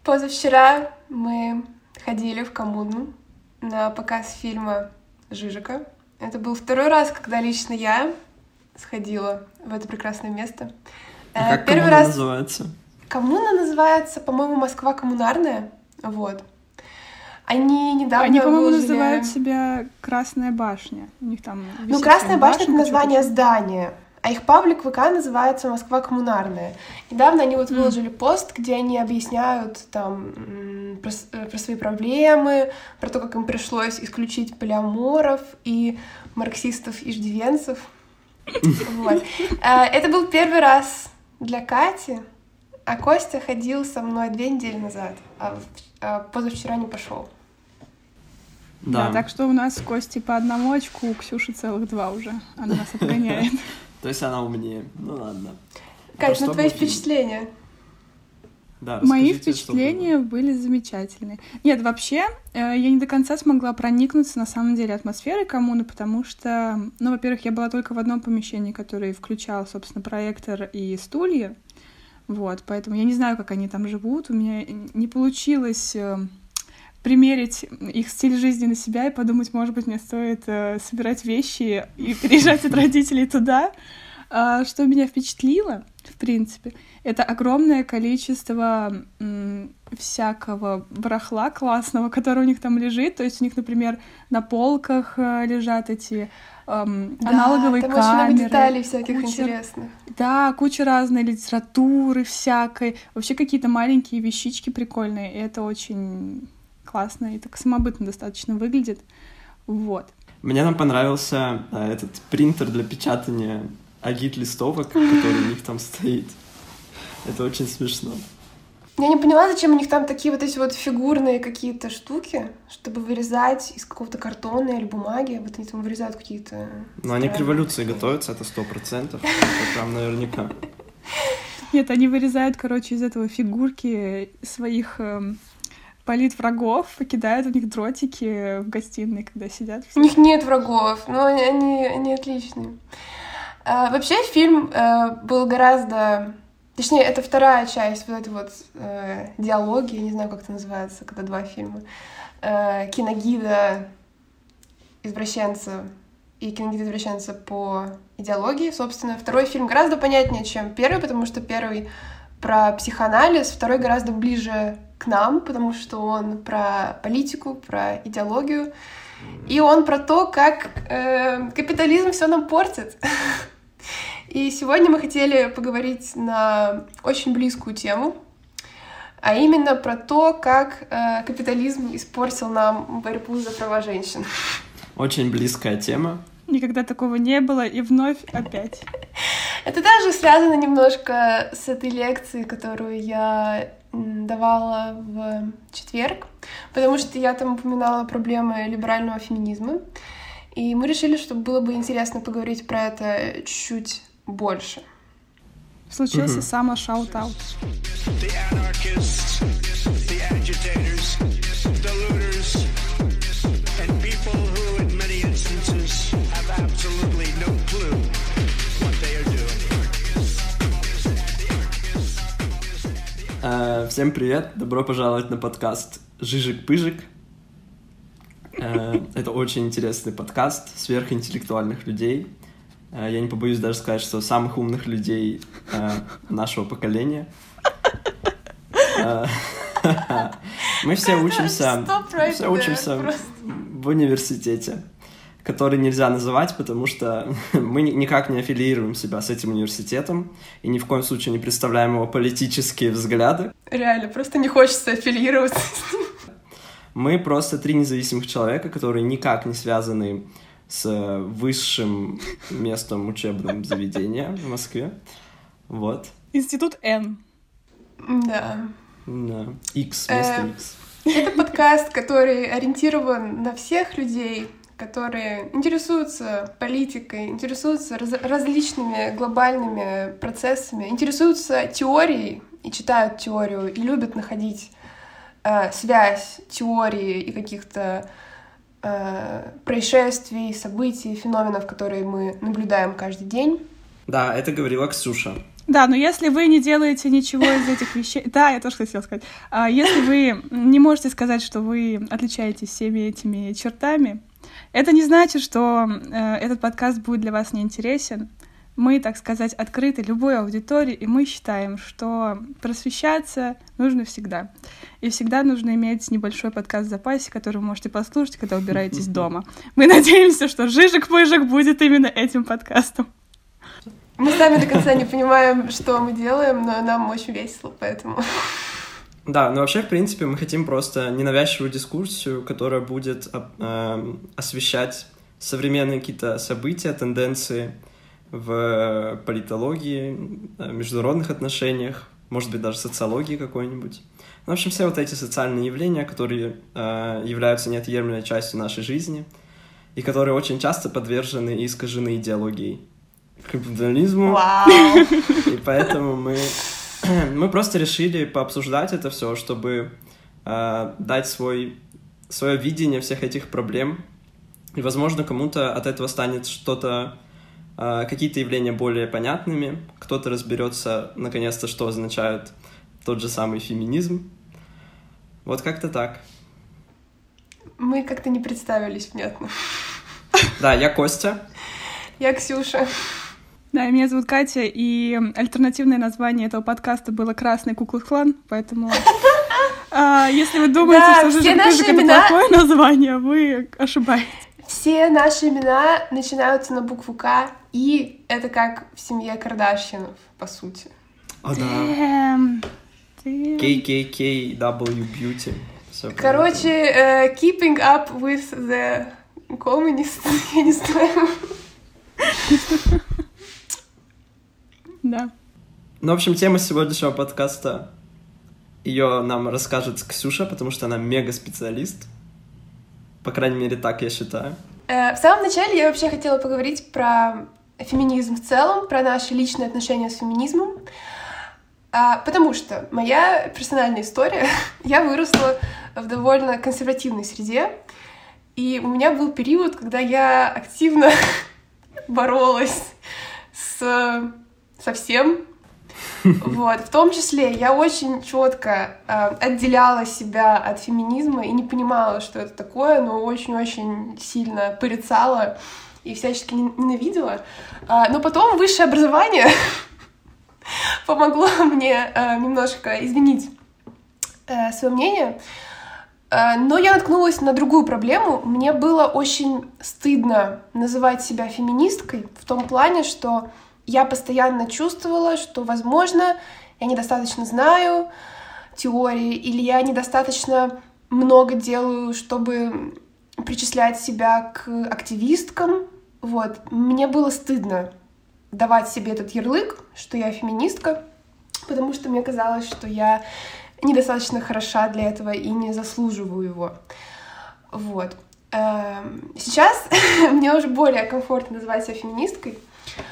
Позавчера мы ходили в коммуну на показ фильма «Жижика». Это был второй раз, когда лично я сходила в это прекрасное место. А как коммуна называется? Коммуна называется, по-моему, Москва коммунарная. Вот. Они недавно по-моему, выложили... называют себя Красная башня. У них там Красная башня — это название здания. А их паблик ВК называется «Москва коммунарная». Недавно они выложили пост, где они объясняют там про свои проблемы, про то, как им пришлось исключить полиаморов и марксистов-иждивенцев. Это был первый раз для Кати, а Костя ходил со мной 2 недели назад, а позавчера не пошел. Да, так что у нас с Костей по 1 очку, у Ксюши целых 2 уже. Она нас обгоняет. То есть она умнее. Ну ладно. Кать, твои впечатления? Да, мои впечатления были замечательные. Нет, вообще, я не до конца смогла проникнуться, на самом деле, атмосферой коммуны, потому что, во-первых, я была только в одном помещении, которое включало, собственно, проектор и стулья. Вот, поэтому я не знаю, как они там живут. У меня не получилось примерить их стиль жизни на себя и подумать, может быть, мне стоит собирать вещи и переезжать от родителей туда. Что меня впечатлило, в принципе, это огромное количество всякого барахла классного, которое у них там лежит. То есть у них, например, на полках лежат эти аналоговые камеры. Там очень много деталей всяких интересных. Да, куча разной литературы всякой. Вообще какие-то маленькие вещички прикольные. И это очень классно и так самобытно достаточно выглядит. Вот. Мне нам понравился этот принтер для печатания агит-листовок, который у них там стоит. Это очень смешно. Я не поняла, зачем у них там такие вот эти вот фигурные какие-то штуки, чтобы вырезать из какого-то картона или бумаги. Вот они там вырезают какие-то... Но они к революции готовятся, это 100%. Это прям наверняка. Нет, они вырезают, из этого фигурки своих политврагов, покидают у них дротики в гостиной, когда сидят. У них нет врагов, но они отличные. Вообще фильм был гораздо... Точнее, это вторая часть вот этой вот диалоги, я не знаю, как это называется, когда 2 фильма. Киногида извращенца и киногида извращенца по идеологии. Собственно, второй фильм гораздо понятнее, чем первый, потому что первый про психоанализ, второй гораздо ближе к нам, потому что он про политику, про идеологию. И он про то, как капитализм все нам портит. И сегодня мы хотели поговорить на очень близкую тему, а именно про то, как капитализм испортил нам борьбу за права женщин. Очень близкая тема. Никогда такого не было, и вновь опять. Это также связано немножко с этой лекцией, которую я давала в четверг, потому что я там упоминала проблемы либерального феминизма, и мы решили, что было бы интересно поговорить про это чуть больше. Случился само-шаут-аут. Всем привет, добро пожаловать на подкаст «Жижик-пыжик». Это очень интересный подкаст сверхинтеллектуальных людей. Я не побоюсь даже сказать, что самых умных людей нашего поколения. Мы все учимся в университете, который нельзя называть, потому что мы никак не аффилиируем себя с этим университетом и ни в коем случае не представляем его политические взгляды. Реально, просто не хочется аффилироваться с ним. Мы просто 3 независимых человека, которые никак не связаны с высшим местом учебным заведения в Москве. Вот. Институт Н. Да. X, вместо X. Это подкаст, который ориентирован на всех людей, которые интересуются политикой, интересуются различными глобальными процессами, интересуются теорией и читают теорию, и любят находить связь теории и каких-то происшествий, событий, феноменов, которые мы наблюдаем каждый день. Да, это говорила Ксюша. Да, но если вы не делаете ничего из этих вещей... Да, я тоже хотела сказать. Если вы не можете сказать, что вы отличаетесь всеми этими чертами, это не значит, что этот подкаст будет для вас неинтересен. Мы, так сказать, открыты любой аудитории, и мы считаем, что просвещаться нужно всегда. И всегда нужно иметь небольшой подкаст в запасе, который вы можете послушать, когда убираетесь дома. Мы надеемся, что «Жижик-пыжик» будет именно этим подкастом. Мы сами до конца не понимаем, что мы делаем, но нам очень весело, поэтому... Да, но вообще, в принципе, мы хотим просто ненавязчивую дискуссию, которая будет освещать современные какие-то события, тенденции в политологии, международных отношениях, может быть, даже социологии какой-нибудь. В общем, все вот эти социальные явления, которые являются неотъемлемой частью нашей жизни и которые очень часто подвержены и искажены идеологией капитализму. И поэтому мы просто решили пообсуждать это все, чтобы дать свое видение всех этих проблем. И, возможно, кому-то от этого станет какие-то явления более понятными, кто-то разберется, наконец-то, что означает тот же самый феминизм. Вот как-то так. Мы как-то не представились внятно. Да, я Костя. Я Ксюша. Да, меня зовут Катя, и альтернативное название этого подкаста было «Красный Ку-клукс-клан», поэтому если вы думаете, что «Жижик-пыжик» — это плохое название, вы ошибаетесь. Все наши имена начинаются на букву «К», и это как в семье Кардашьянов, по сути. О, да. KKKW Beauty. Короче, keeping up with the communists, я не знаю. Да. Ну, в общем, тема сегодняшнего подкаста, ее нам расскажет Ксюша, потому что она мега-специалист. По крайней мере, так я считаю. В самом начале я вообще хотела поговорить про феминизм в целом, про наши личные отношения с феминизмом. Потому что моя персональная история, я выросла в довольно консервативной среде, и у меня был период, когда я активно боролась со всем. Вот. В том числе я очень четко отделяла себя от феминизма и не понимала, что это такое, но очень-очень сильно порицала и всячески ненавидела. Но потом высшее образование помогло мне немножко изменить свое мнение. Но я наткнулась на другую проблему. Мне было очень стыдно называть себя феминисткой в том плане, что я постоянно чувствовала, что, возможно, я недостаточно знаю теории, или я недостаточно много делаю, чтобы причислять себя к активисткам. Вот. Мне было стыдно давать себе этот ярлык, что я феминистка, потому что мне казалось, что я недостаточно хороша для этого и не заслуживаю его. Вот. Сейчас мне уже более комфортно называть себя феминисткой.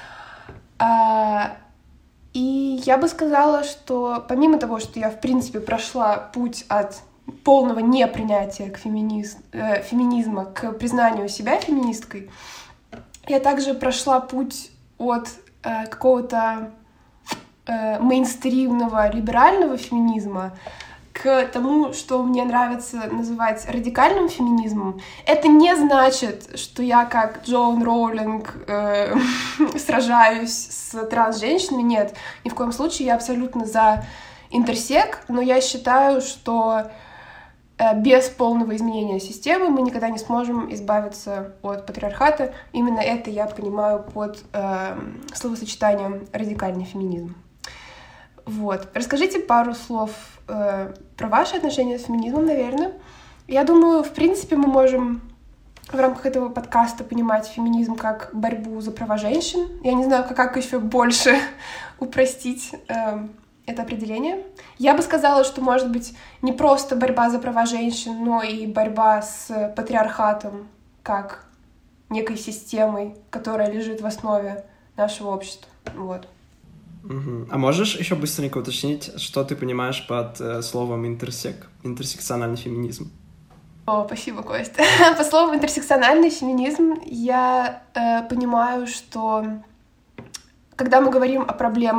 И я бы сказала, что помимо того, что я, в принципе, прошла путь от полного непринятия феминизма к признанию себя феминисткой, я также прошла путь от какого-то мейнстримного либерального феминизма к тому, что мне нравится называть радикальным феминизмом. Это не значит, что я как Джоан Роулинг сражаюсь с транс-женщинами. Нет, ни в коем случае. Я абсолютно за интерсек, но я считаю, что без полного изменения системы мы никогда не сможем избавиться от патриархата. Именно это я понимаю под словосочетанием «радикальный феминизм». Вот. Расскажите пару слов про ваши отношения с феминизмом, наверное. Я думаю, в принципе, мы можем в рамках этого подкаста понимать феминизм как борьбу за права женщин. Я не знаю, как еще больше упростить это определение. Я бы сказала, что, может быть, не просто борьба за права женщин, но и борьба с патриархатом как некой системой, которая лежит в основе нашего общества. Вот. А можешь еще быстренько уточнить, что ты понимаешь под словом интерсекциональный феминизм? Спасибо, Костя. По слову интерсекциональный феминизм я понимаю, что когда мы говорим о проблемах,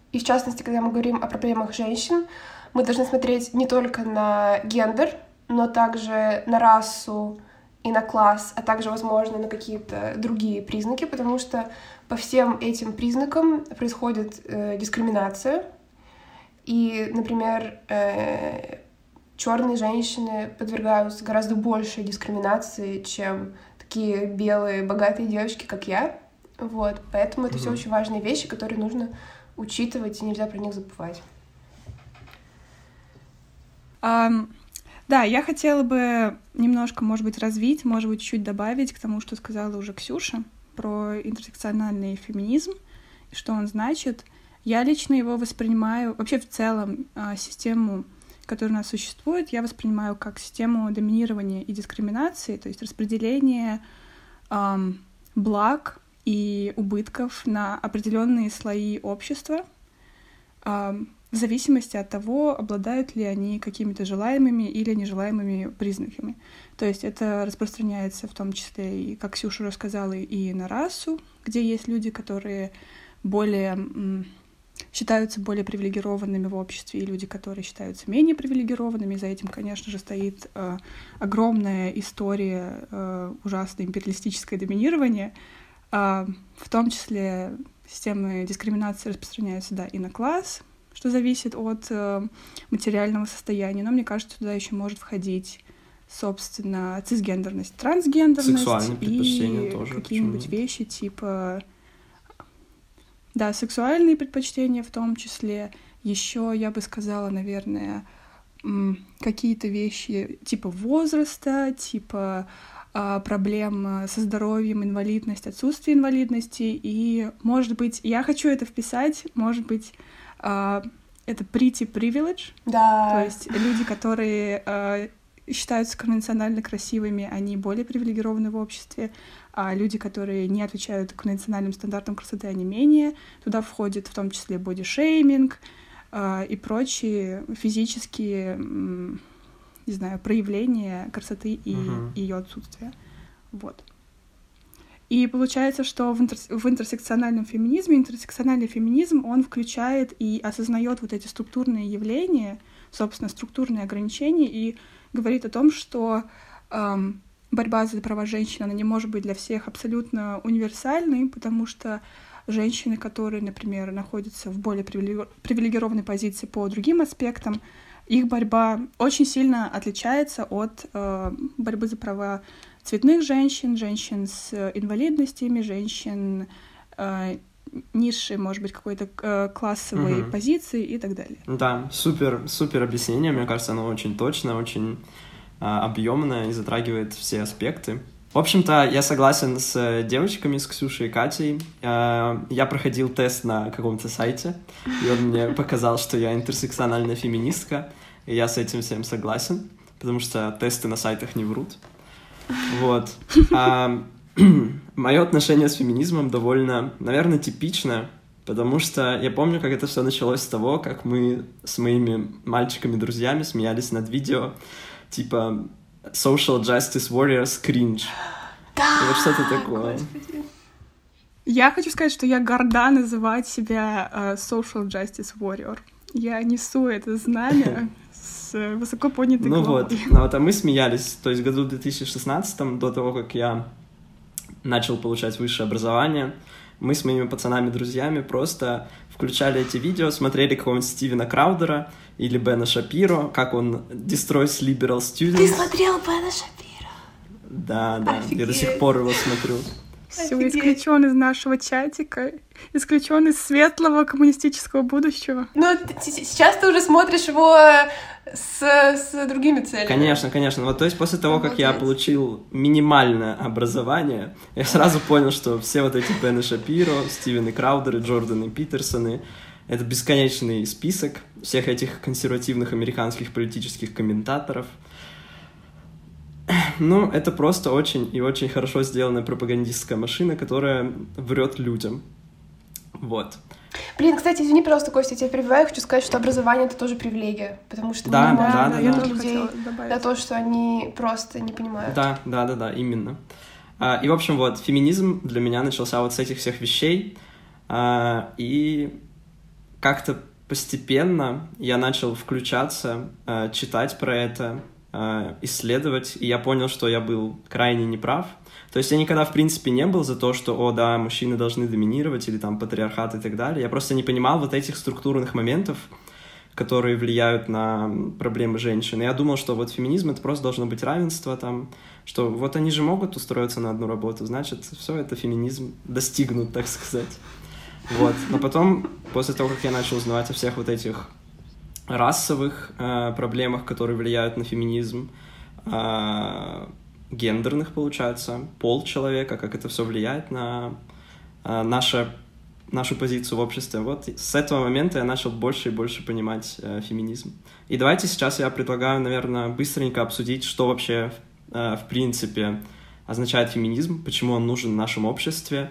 И в частности, когда мы говорим о проблемах женщин, мы должны смотреть не только на гендер, но также на расу и на класс, а также, возможно, на какие-то другие признаки, потому что по всем этим признакам происходит дискриминация. И, например, черные женщины подвергаются гораздо большей дискриминации, чем такие белые, богатые девочки, как я. Вот. Поэтому это все очень важные вещи, которые нужно учитывать, и нельзя про них забывать. Да, я хотела бы немножко, может быть, развить, может быть, чуть добавить к тому, что сказала уже Ксюша про интерсекциональный феминизм и что он значит. Я лично его воспринимаю, вообще в целом систему, которая у нас существует, я воспринимаю как систему доминирования и дискриминации, то есть распределение благ и убытков на определенные слои общества, в зависимости от того, обладают ли они какими-то желаемыми или нежелаемыми признаками. То есть это распространяется в том числе, и, как Ксюша рассказала, и на расу, где есть люди, которые считаются более привилегированными в обществе, и люди, которые считаются менее привилегированными. За этим, конечно же, стоит огромная история ужасного империалистическое доминирование. В том числе системы дискриминации распространяются, да, и на класс, что зависит от материального состояния. Но мне кажется, туда еще может входить, собственно, цисгендерность, трансгендерность сексуальные предпочтения и тоже, какие-нибудь вещи типа... Да, сексуальные предпочтения в том числе. Еще я бы сказала, наверное, какие-то вещи типа возраста, типа проблем со здоровьем, инвалидность, отсутствие инвалидности. И, может быть, я хочу это вписать, может быть, это pretty privilege. Да. То есть люди, которые считаются конвенционально красивыми, они более привилегированы в обществе, а люди, которые не отвечают конвенциональным стандартам красоты, они менее. Туда входит в том числе бодишейминг и прочие физические, не знаю, проявления красоты и ее отсутствия. Вот. И получается, что в интерсекциональный феминизм, он включает и осознает вот эти структурные явления, собственно, структурные ограничения, и говорит о том, что борьба за права женщин, она не может быть для всех абсолютно универсальной, потому что женщины, которые, например, находятся в более привилегированной позиции по другим аспектам, их борьба очень сильно отличается от борьбы за права цветных женщин, женщин с инвалидностями, женщин низшей, может быть, какой-то классовой позиции и так далее. Да, супер объяснение, мне кажется, оно очень точно, очень объемное и затрагивает все аспекты. В общем-то, я согласен с девочками, с Ксюшей и Катей. Я проходил тест на каком-то сайте, и он мне показал, что я интерсекциональная феминистка, и я с этим всем согласен, потому что тесты на сайтах не врут. Вот. Мое отношение с феминизмом довольно, наверное, типичное, потому что я помню, как это все началось с того, как мы с моими мальчиками-друзьями смеялись над видео, типа Social Justice Warriors Cringe. Да! И вот что-то такое. Господи. Я хочу сказать, что я горда называть себя Social Justice Warrior. Я несу это знамя с высоко поднятой головой. А мы смеялись, то есть в году 2016, до того, как я начал получать высшее образование, мы с моими пацанами-друзьями просто включали эти видео, смотрели какого-нибудь Стивена Краудера или Бена Шапиро, как он destroys liberal students. Ты смотрел Бена Шапиро? Да, Офигеть. Я до сих пор его смотрю. Все, исключен из нашего чатика, исключен из светлого коммунистического будущего. Ну, сейчас ты уже смотришь его с другими целями. Конечно. Вот, то есть после того, как я получил минимальное образование, я сразу понял, что все вот эти Бены Шапиро, Стивены Краудеры, Джорданы Питерсоны — это бесконечный список всех этих консервативных американских политических комментаторов. Ну, это просто очень и очень хорошо сделанная пропагандистская машина, которая врет людям. Вот. Блин, кстати, извини, пожалуйста, Костя, я тебя перебиваю, хочу сказать, что образование — это тоже привилегия, потому что мы не можем я винить тоже людей добавить. за то, что они просто не понимают. Да, именно. И, в общем, вот, феминизм для меня начался вот с этих всех вещей, и как-то постепенно я начал включаться, читать про это, исследовать, и я понял, что я был крайне неправ. То есть я никогда, в принципе, не был за то, что, мужчины должны доминировать, или там патриархат и так далее. Я просто не понимал вот этих структурных моментов, которые влияют на проблемы женщин. И я думал, что вот феминизм — это просто должно быть равенство там, что вот они же могут устроиться на одну работу, значит, все это феминизм достигнут, так сказать. Вот. Но потом, после того, как я начал узнавать о всех вот этих расовых проблемах, которые влияют на феминизм, гендерных, получается, пол человека, как это все влияет на нашу позицию в обществе. Вот с этого момента я начал больше и больше понимать феминизм. И давайте сейчас я предлагаю, наверное, быстренько обсудить, что вообще, в принципе, означает феминизм, почему он нужен в нашем обществе,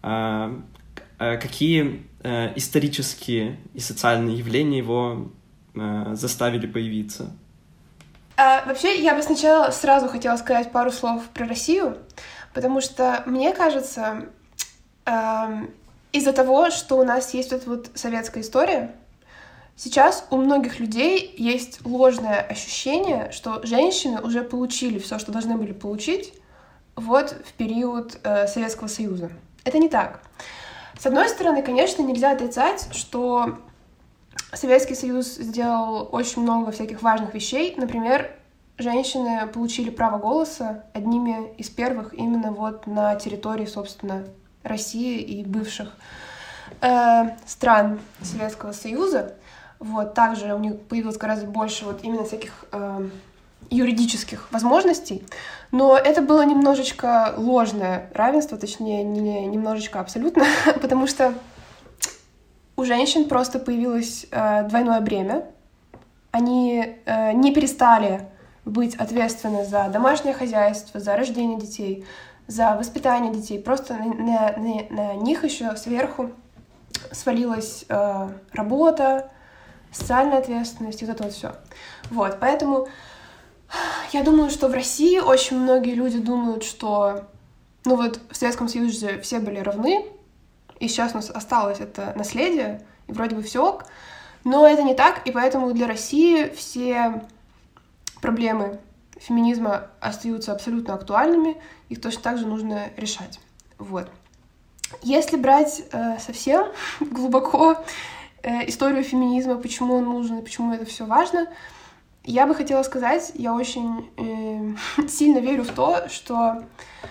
какие исторические и социальные явления его заставили появиться. Вообще, я бы сначала сразу хотела сказать пару слов про Россию, потому что, мне кажется, из-за того, что у нас есть вот советская история, сейчас у многих людей есть ложное ощущение, что женщины уже получили все, что должны были получить, вот в период Советского Союза. Это не так. С одной стороны, конечно, нельзя отрицать, что Советский Союз сделал очень много всяких важных вещей. Например, женщины получили право голоса одними из первых именно вот на территории, собственно, России и бывших стран Советского Союза. Вот. Также у них появилось гораздо больше вот именно всяких юридических возможностей. Но это было немножечко ложное равенство, точнее, не немножечко, абсолютно, потому что у женщин просто появилось двойное бремя. Они не перестали быть ответственны за домашнее хозяйство, за рождение детей, за воспитание детей. Просто на них еще сверху свалилась работа, социальная ответственность и вот это вот все. Вот, поэтому я думаю, что в России очень многие люди думают, что ну вот в Советском Союзе все были равны, и сейчас у нас осталось это наследие, и вроде бы все ок, но это не так, и поэтому для России все проблемы феминизма остаются абсолютно актуальными, их точно так же нужно решать. Вот. Если брать совсем глубоко историю феминизма, почему он нужен и почему это все важно, я бы хотела сказать, я очень сильно верю в то, что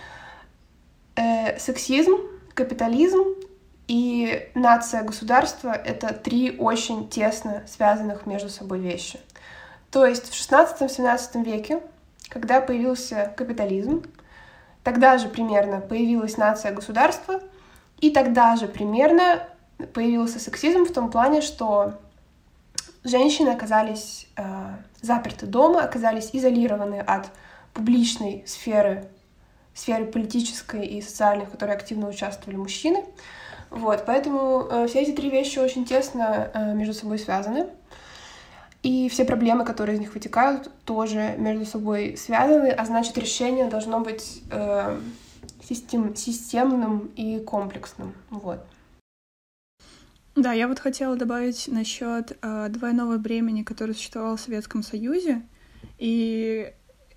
сексизм, капитализм и нация-государство — это три очень тесно связанных между собой вещи. То есть в 16-17 веке, когда появился капитализм, тогда же примерно появилась нация-государство, и тогда же примерно появился сексизм в том плане, что женщины оказались заперты дома, оказались изолированы от публичной сферы политической и социальной, в которой активно участвовали мужчины. Вот, поэтому все эти три вещи очень тесно между собой связаны. И все проблемы, которые из них вытекают, тоже между собой связаны, а значит, решение должно быть системным и комплексным. Вот. Да, я вот хотела добавить насчет двойного бремени, которое существовало в Советском Союзе. И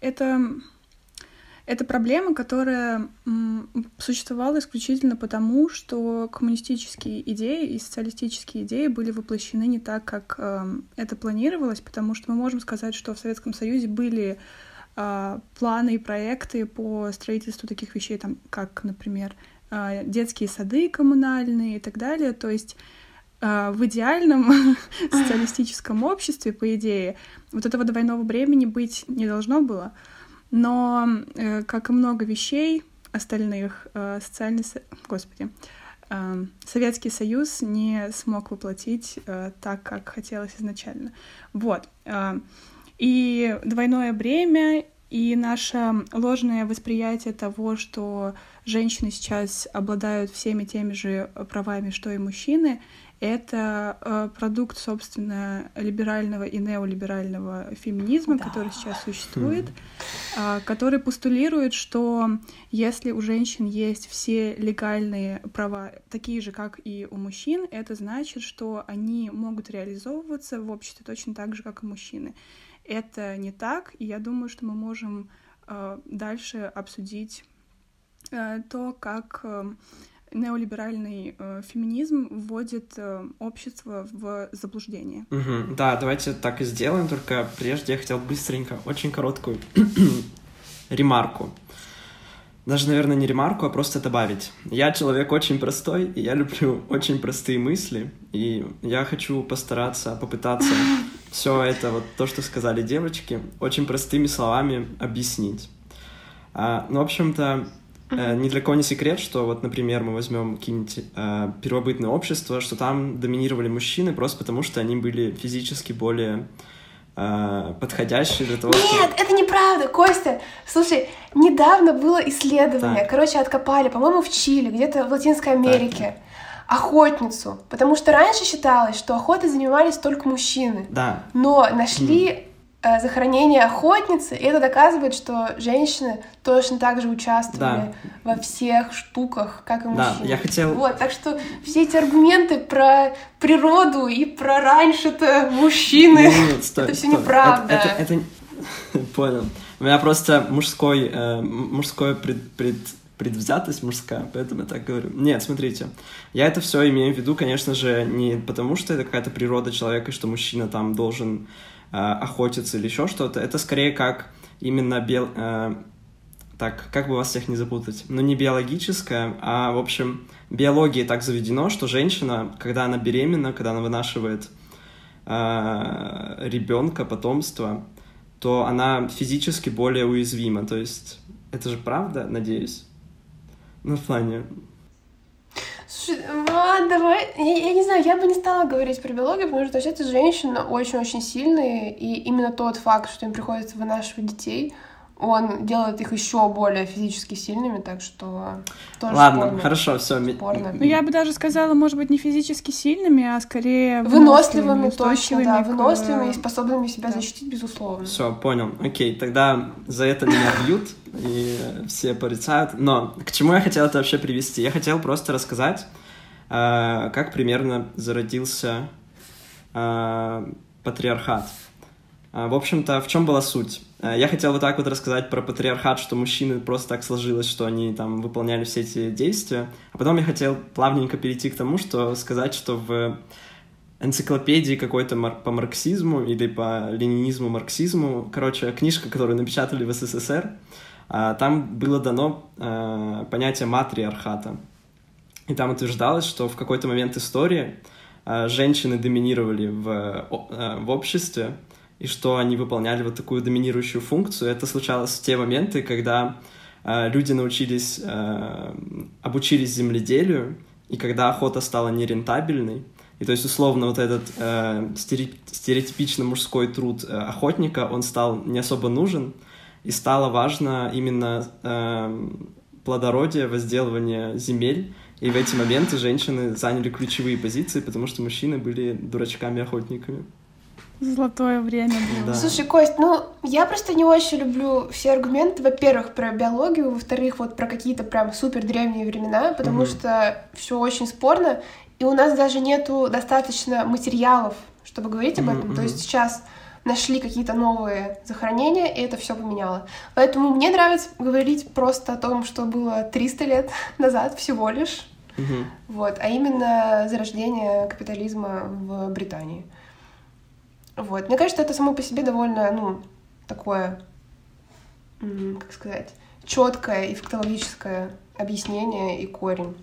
это проблема, которая существовала исключительно потому, что коммунистические идеи и социалистические идеи были воплощены не так, как это планировалось, потому что мы можем сказать, что в Советском Союзе были планы и проекты по строительству таких вещей, там, как, например, детские сады коммунальные и так далее. То есть в идеальном социалистическом обществе, по идее, вот этого двойного бремени быть не должно было. Но, как и много вещей остальных, Советский Союз не смог воплотить так, как хотелось изначально. Вот. И двойное бремя, и наше ложное восприятие того, что женщины сейчас обладают всеми теми же правами, что и мужчины, Это продукт, собственно, либерального и неолиберального феминизма, который сейчас существует, который постулирует, что если у женщин есть все легальные права, такие же, как и у мужчин, это значит, что они могут реализовываться в обществе точно так же, как и мужчины. Это не так, и я думаю, что мы можем дальше обсудить то, как неолиберальный феминизм вводит общество в заблуждение. Да, давайте так и сделаем, только прежде я хотел быстренько, очень короткую ремарку. Даже, наверное, не ремарку, а просто добавить. Я человек очень простой, и я люблю очень простые мысли, и я хочу попытаться все это, вот то, что сказали девочки, очень простыми словами объяснить. Ну, в общем-то, ни для кого не секрет, что вот, например, мы возьмем какие-нибудь первобытные общества, что там доминировали мужчины просто потому, что они были физически более подходящие для того, Нет, это неправда, Костя. Слушай, недавно было исследование, откопали, по-моему, в Чили, где-то в Латинской Америке, охотницу, потому что раньше считалось, что охотой занимались только мужчины. Да. Но нашли захоронение охотницы, и это доказывает, что женщины точно так же участвовали во всех штуках, как и мужчины. Да, я хотел... Вот, так что все эти аргументы про природу и про раньше-то мужчины, это все неправда. Это... Понял. У меня просто мужская предвзятость мужская, поэтому я так говорю. Нет, смотрите, я это все имею в виду, конечно же, не потому, что это какая-то природа человека, что мужчина там должен охотиться или еще что-то. Это скорее как именно так, как бы вас всех не запутать, но не биологическое, а, в общем, биологией так заведено, что женщина, когда она беременна, когда она вынашивает ребенка, потомство, то она физически более уязвима. То есть это же правда, надеюсь? Ну, в плане... Слушай, давай... Я не знаю, я бы не стала говорить про биологию, потому что вообще-то женщины очень-очень сильные, и именно тот факт, что им приходится вынашивать детей, он делает их еще более физически сильными, так что тоже ладно, спорно. Хорошо, все. Ну, я бы даже сказала, может быть, не физически сильными, а скорее выносливыми, точно, да, выносливыми и способными себя защитить, безусловно. Все, понял. Окей, тогда за это меня бьют, и все порицают. Но к чему я хотел это вообще привести? Я хотел просто рассказать, как примерно зародился патриархат. В общем-то, в чем была суть? Я хотел вот так вот рассказать про патриархат, что мужчины просто так сложилось, что они там выполняли все эти действия. А потом я хотел плавненько перейти к тому, что сказать, что в энциклопедии какой-то по марксизму или по ленинизму, марксизму, короче, книжка, которую напечатали в СССР, там было дано понятие матриархата. И там утверждалось, что в какой-то момент истории женщины доминировали в обществе, и что они выполняли вот такую доминирующую функцию. Это случалось в те моменты, когда люди обучились земледелию, и когда охота стала нерентабельной. И то есть, условно, вот этот стереотипично мужской труд охотника, он стал не особо нужен, и стало важно именно плодородие, возделывание земель. И в эти моменты женщины заняли ключевые позиции, потому что мужчины были дурачками-охотниками. Золотое время было. Да. Слушай, Кость, я просто не очень люблю все аргументы, во-первых, про биологию, во-вторых, вот про какие-то прям супер древние времена, потому что все очень спорно, и у нас даже нету достаточно материалов, чтобы говорить об этом. То есть сейчас нашли какие-то новые захоронения, и это все поменяло. Поэтому мне нравится говорить просто о том, что было 300 лет назад всего лишь, вот, а именно зарождение капитализма в Британии. Вот. Мне кажется, это само по себе довольно, такое, как сказать, четкое и фактологическое объяснение и корень.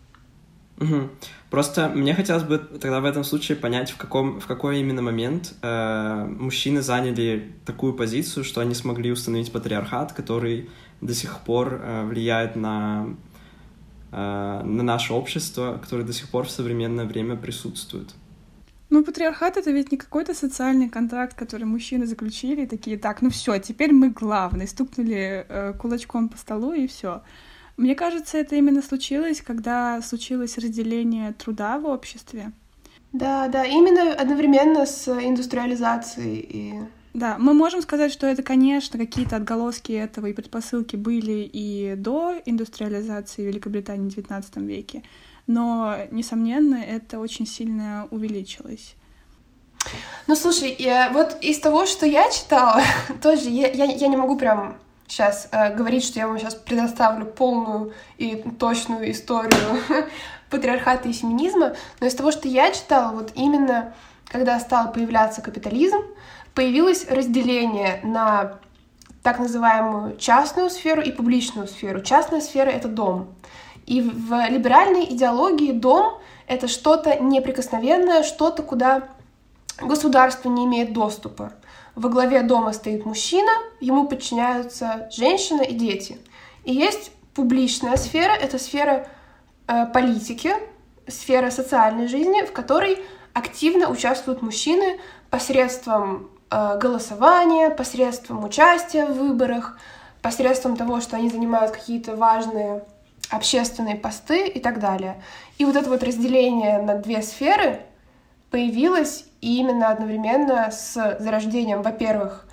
Просто мне хотелось бы тогда в этом случае понять, в какой именно момент мужчины заняли такую позицию, что они смогли установить патриархат, который до сих пор влияет на наше общество, который до сих пор в современное время присутствует. Патриархат — это ведь не какой-то социальный контракт, который мужчины заключили, и такие, так, все, теперь мы главные, стукнули кулачком по столу, и все. Мне кажется, это именно случилось, когда случилось разделение труда в обществе. Да, да, именно одновременно с индустриализацией и... Да, мы можем сказать, что это, конечно, какие-то отголоски этого и предпосылки были и до индустриализации Великобритании в XIX веке, но, несомненно, это очень сильно увеличилось. Ну, слушай, вот из того, что я читала, тоже я не могу прям сейчас говорить, что я вам сейчас предоставлю полную и точную историю патриархата и феминизма, но из того, что я читала, вот именно когда стал появляться капитализм, появилось разделение на так называемую частную сферу и публичную сферу. Частная сфера — это дом. И в либеральной идеологии дом — это что-то неприкосновенное, что-то, куда государство не имеет доступа. Во главе дома стоит мужчина, ему подчиняются женщина и дети. И есть публичная сфера — это сфера политики, сфера социальной жизни, в которой активно участвуют мужчины посредством голосования, посредством участия в выборах, посредством того, что они занимают какие-то важные общественные посты и так далее. И вот это вот разделение на две сферы появилось именно одновременно с зарождением, во-первых,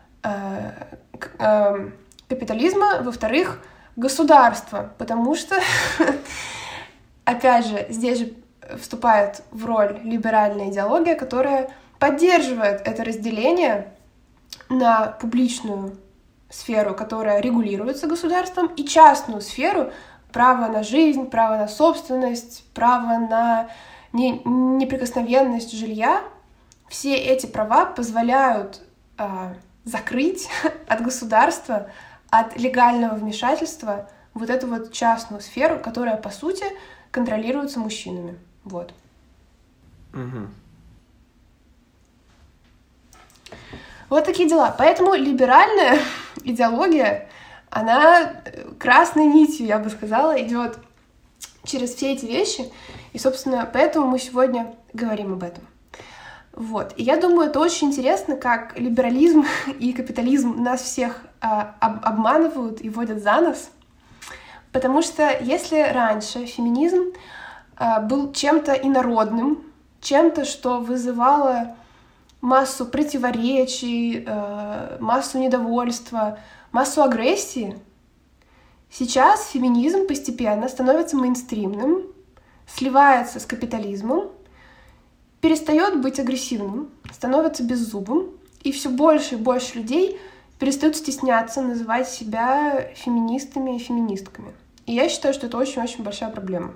капитализма, во-вторых, государства, потому что, опять же, здесь же вступает в роль либеральная идеология, которая поддерживает это разделение на публичную сферу, которая регулируется государством, и частную сферу, право на жизнь, право на собственность, право на неприкосновенность жилья. Все эти права позволяют закрыть от государства, от легального вмешательства вот эту вот частную сферу, которая, по сути, контролируется мужчинами. Вот. Угу. Вот такие дела. Поэтому либеральная идеология, она красной нитью, я бы сказала, идет через все эти вещи. И, собственно, поэтому мы сегодня говорим об этом. Вот. И я думаю, это очень интересно, как либерализм и капитализм нас всех обманывают и водят за нос. Потому что если раньше феминизм был чем-то инородным, чем-то, что вызывало массу противоречий, массу недовольства, массу агрессии, сейчас феминизм постепенно становится мейнстримным, сливается с капитализмом, перестает быть агрессивным, становится беззубым, и все больше и больше людей перестают стесняться называть себя феминистами и феминистками. И я считаю, что это очень-очень большая проблема.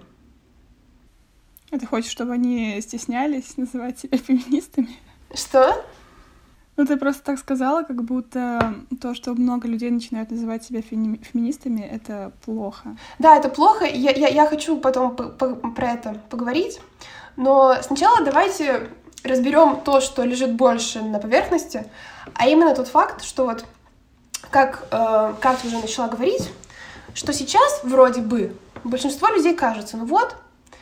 А ты хочешь, чтобы они стеснялись называть себя феминистами? Что? Ну, ты просто так сказала, как будто то, что много людей начинают называть себя феминистами, это плохо. Да, это плохо. Я хочу потом про это поговорить. Но сначала давайте разберем то, что лежит больше на поверхности, а именно тот факт, что вот, как Катя уже начала говорить, что сейчас вроде бы большинство людей кажется, ну вот,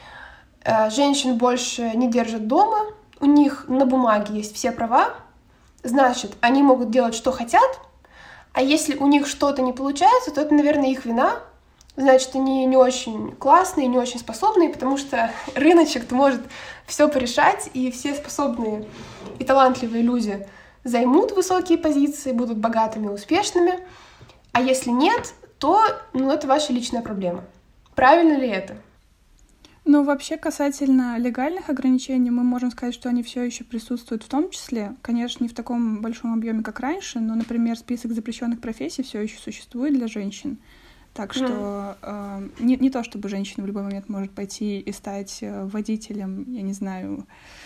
женщин больше не держат дома, у них на бумаге есть все права, значит, они могут делать, что хотят, а если у них что-то не получается, то это, наверное, их вина, значит, они не очень классные, не очень способные, потому что рыночек-то может все порешать, и все способные и талантливые люди займут высокие позиции, будут богатыми, успешными, а если нет, то, это ваша личная проблема. Правильно ли это? Ну, вообще, касательно легальных ограничений, мы можем сказать, что они все еще присутствуют в том числе. Конечно, не в таком большом объеме, как раньше, но, например, список запрещенных профессий все еще существует для женщин. Так что не то, чтобы женщина в любой момент может пойти и стать водителем, я не знаю,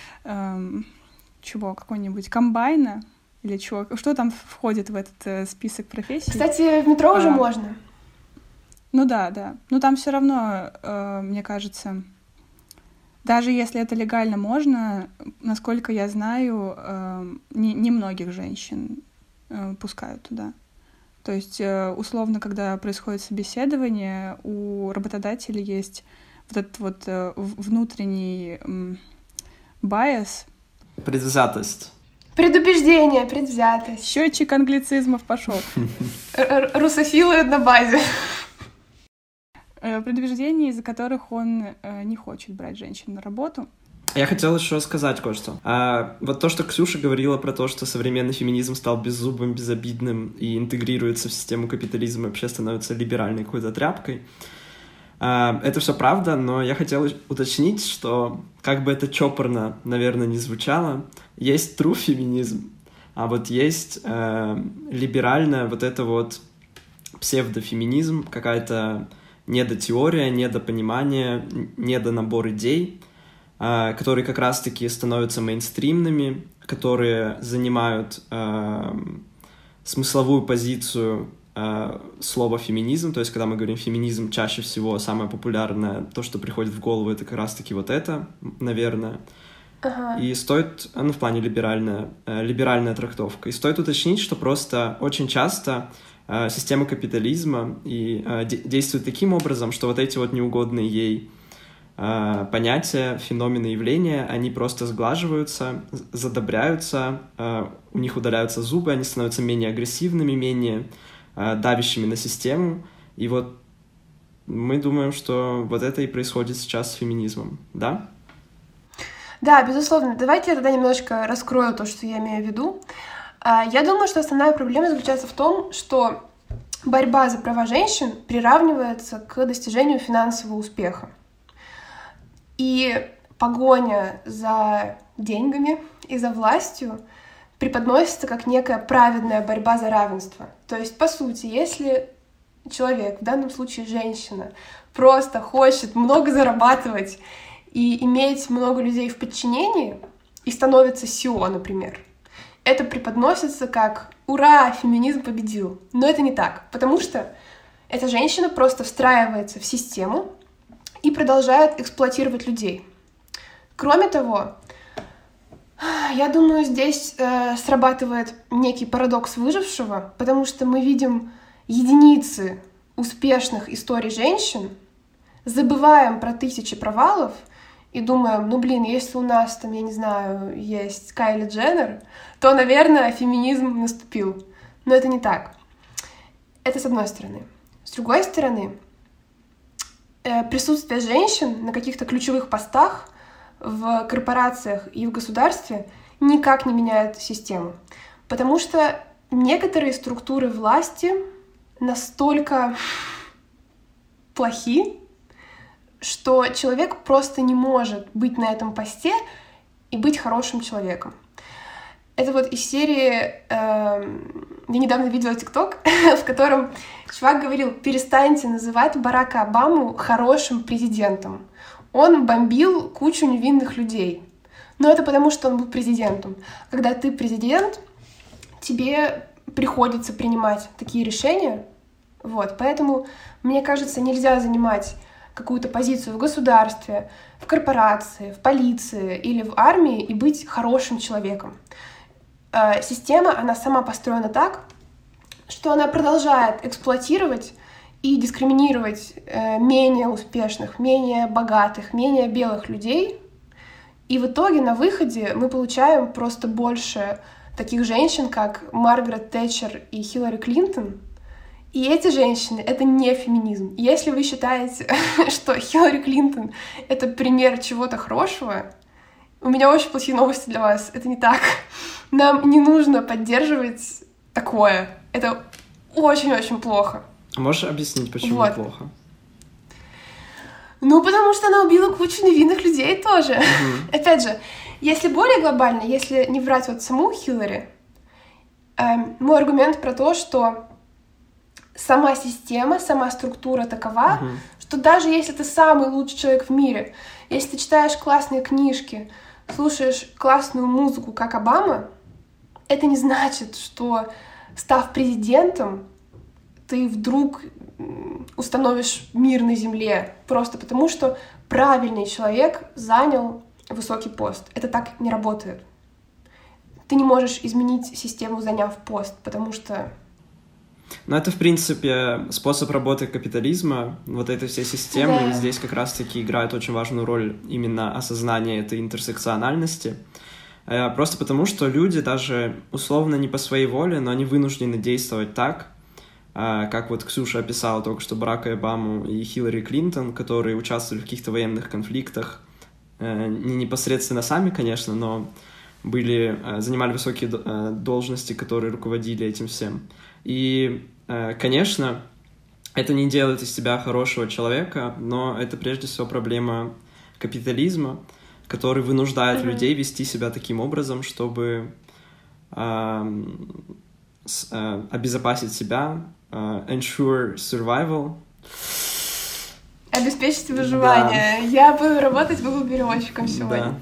какого-нибудь комбайна или чего. Что там входит в этот список профессий? Кстати, в метро уже можно. Ну да. Но там все равно, мне кажется, даже если это легально можно, насколько я знаю, не многих женщин пускают туда. То есть, условно, когда происходит собеседование, у работодателя есть вот этот вот внутренний байс. Предвзятость. Предубеждение, предвзятость. Счетчик англицизмов пошел. Русофилы на базе. Предубеждения, из-за которых он не хочет брать женщин на работу. Я хотел еще сказать кое-что. Вот то, что Ксюша говорила про то, что современный феминизм стал беззубым, безобидным и интегрируется в систему капитализма и вообще становится либеральной какой-то тряпкой. Это все правда, но я хотел уточнить, что, как бы это чопорно, наверное, не звучало, есть true феминизм, а вот есть либеральная вот это вот псевдофеминизм, какая-то недотеория, недопонимание, недонабор идей, которые как раз-таки становятся мейнстримными, которые занимают смысловую позицию слова «феминизм», то есть когда мы говорим «феминизм», чаще всего самое популярное, то, что приходит в голову, это как раз-таки вот это, наверное. И стоит, в плане либеральная трактовка. И стоит уточнить, что просто очень часто система капитализма действует таким образом, что вот эти вот неугодные ей понятия, феномены, явления, они просто сглаживаются, задобряются, у них удаляются зубы, они становятся менее агрессивными, менее давящими на систему. И вот мы думаем, что вот это и происходит сейчас с феминизмом, да? Да, безусловно. Давайте я тогда немножко раскрою то, что я имею в виду. Я думаю, что основная проблема заключается в том, что борьба за права женщин приравнивается к достижению финансового успеха. И погоня за деньгами и за властью преподносится как некая праведная борьба за равенство. То есть, по сути, если человек, в данном случае женщина, просто хочет много зарабатывать и иметь много людей в подчинении и становится СИО, например, это преподносится как «Ура, феминизм победил!». Но это не так, потому что эта женщина просто встраивается в систему и продолжает эксплуатировать людей. Кроме того, я думаю, здесь срабатывает некий парадокс выжившего, потому что мы видим единицы успешных историй женщин, забываем про тысячи провалов и думаем, если у нас там, я не знаю, есть Кайли Дженнер, то, наверное, феминизм наступил. Но это не так. Это с одной стороны. С другой стороны, присутствие женщин на каких-то ключевых постах в корпорациях и в государстве никак не меняет систему. Потому что некоторые структуры власти настолько плохи, что человек просто не может быть на этом посте и быть хорошим человеком. Это вот из серии... Я недавно видела ТикТок, в котором чувак говорил: перестаньте называть Барака Обаму хорошим президентом. Он бомбил кучу невинных людей. Но это потому, что он был президентом. Когда ты президент, тебе приходится принимать такие решения. Вот. Поэтому, мне кажется, нельзя занимать какую-то позицию в государстве, в корпорации, в полиции или в армии и быть хорошим человеком. Система, она сама построена так, что она продолжает эксплуатировать и дискриминировать менее успешных, менее богатых, менее белых людей. И в итоге на выходе мы получаем просто больше таких женщин, как Маргарет Тэтчер и Хиллари Клинтон. И эти женщины — это не феминизм. Если вы считаете, что Хиллари Клинтон — это пример чего-то хорошего, у меня очень плохие новости для вас. Это не так. Нам не нужно поддерживать такое. Это очень-очень плохо. Можешь объяснить, почему плохо? Потому что она убила кучу невинных людей тоже. Опять же, если более глобально, если не брать вот саму Хиллари, мой аргумент про то, что сама система, сама структура такова, что даже если ты самый лучший человек в мире, если ты читаешь классные книжки, слушаешь классную музыку, как Обама, это не значит, что, став президентом, ты вдруг установишь мир на земле просто потому, что правильный человек занял высокий пост. Это так не работает. Ты не можешь изменить систему, заняв пост, потому что... Это, в принципе, способ работы капитализма, вот этой всей системы, да. И здесь как раз-таки играет очень важную роль именно осознание этой интерсекциональности. Просто потому, что люди даже условно не по своей воле, но они вынуждены действовать так, как вот Ксюша описала только что Барака Обаму и Хиллари Клинтон, которые участвовали в каких-то военных конфликтах, не непосредственно сами, конечно, но занимали высокие должности, которые руководили этим всем. И, конечно, это не делает из тебя хорошего человека, но это прежде всего проблема капитализма, который вынуждает людей вести себя таким образом, чтобы обезопасить себя, ensure survival. Обеспечить выживание. Да. Я буду работать переводчиком сегодня.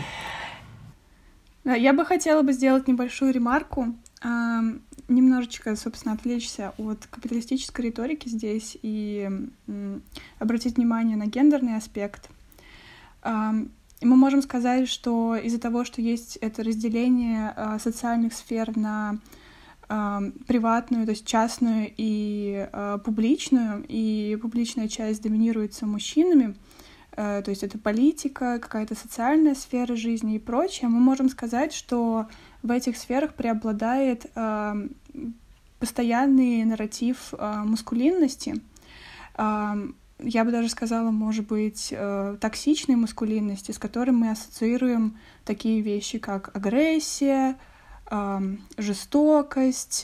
Да. Я бы хотела сделать небольшую ремарку, немножечко, собственно, отвлечься от капиталистической риторики здесь и обратить внимание на гендерный аспект. Мы можем сказать, что из-за того, что есть это разделение социальных сфер на приватную, то есть частную и публичную, и публичная часть доминируется мужчинами, то есть это политика, какая-то социальная сфера жизни и прочее, мы можем сказать, что в этих сферах преобладает постоянный нарратив маскулинности. Я бы даже сказала, может быть, токсичной маскулинности, с которой мы ассоциируем такие вещи, как агрессия, жестокость,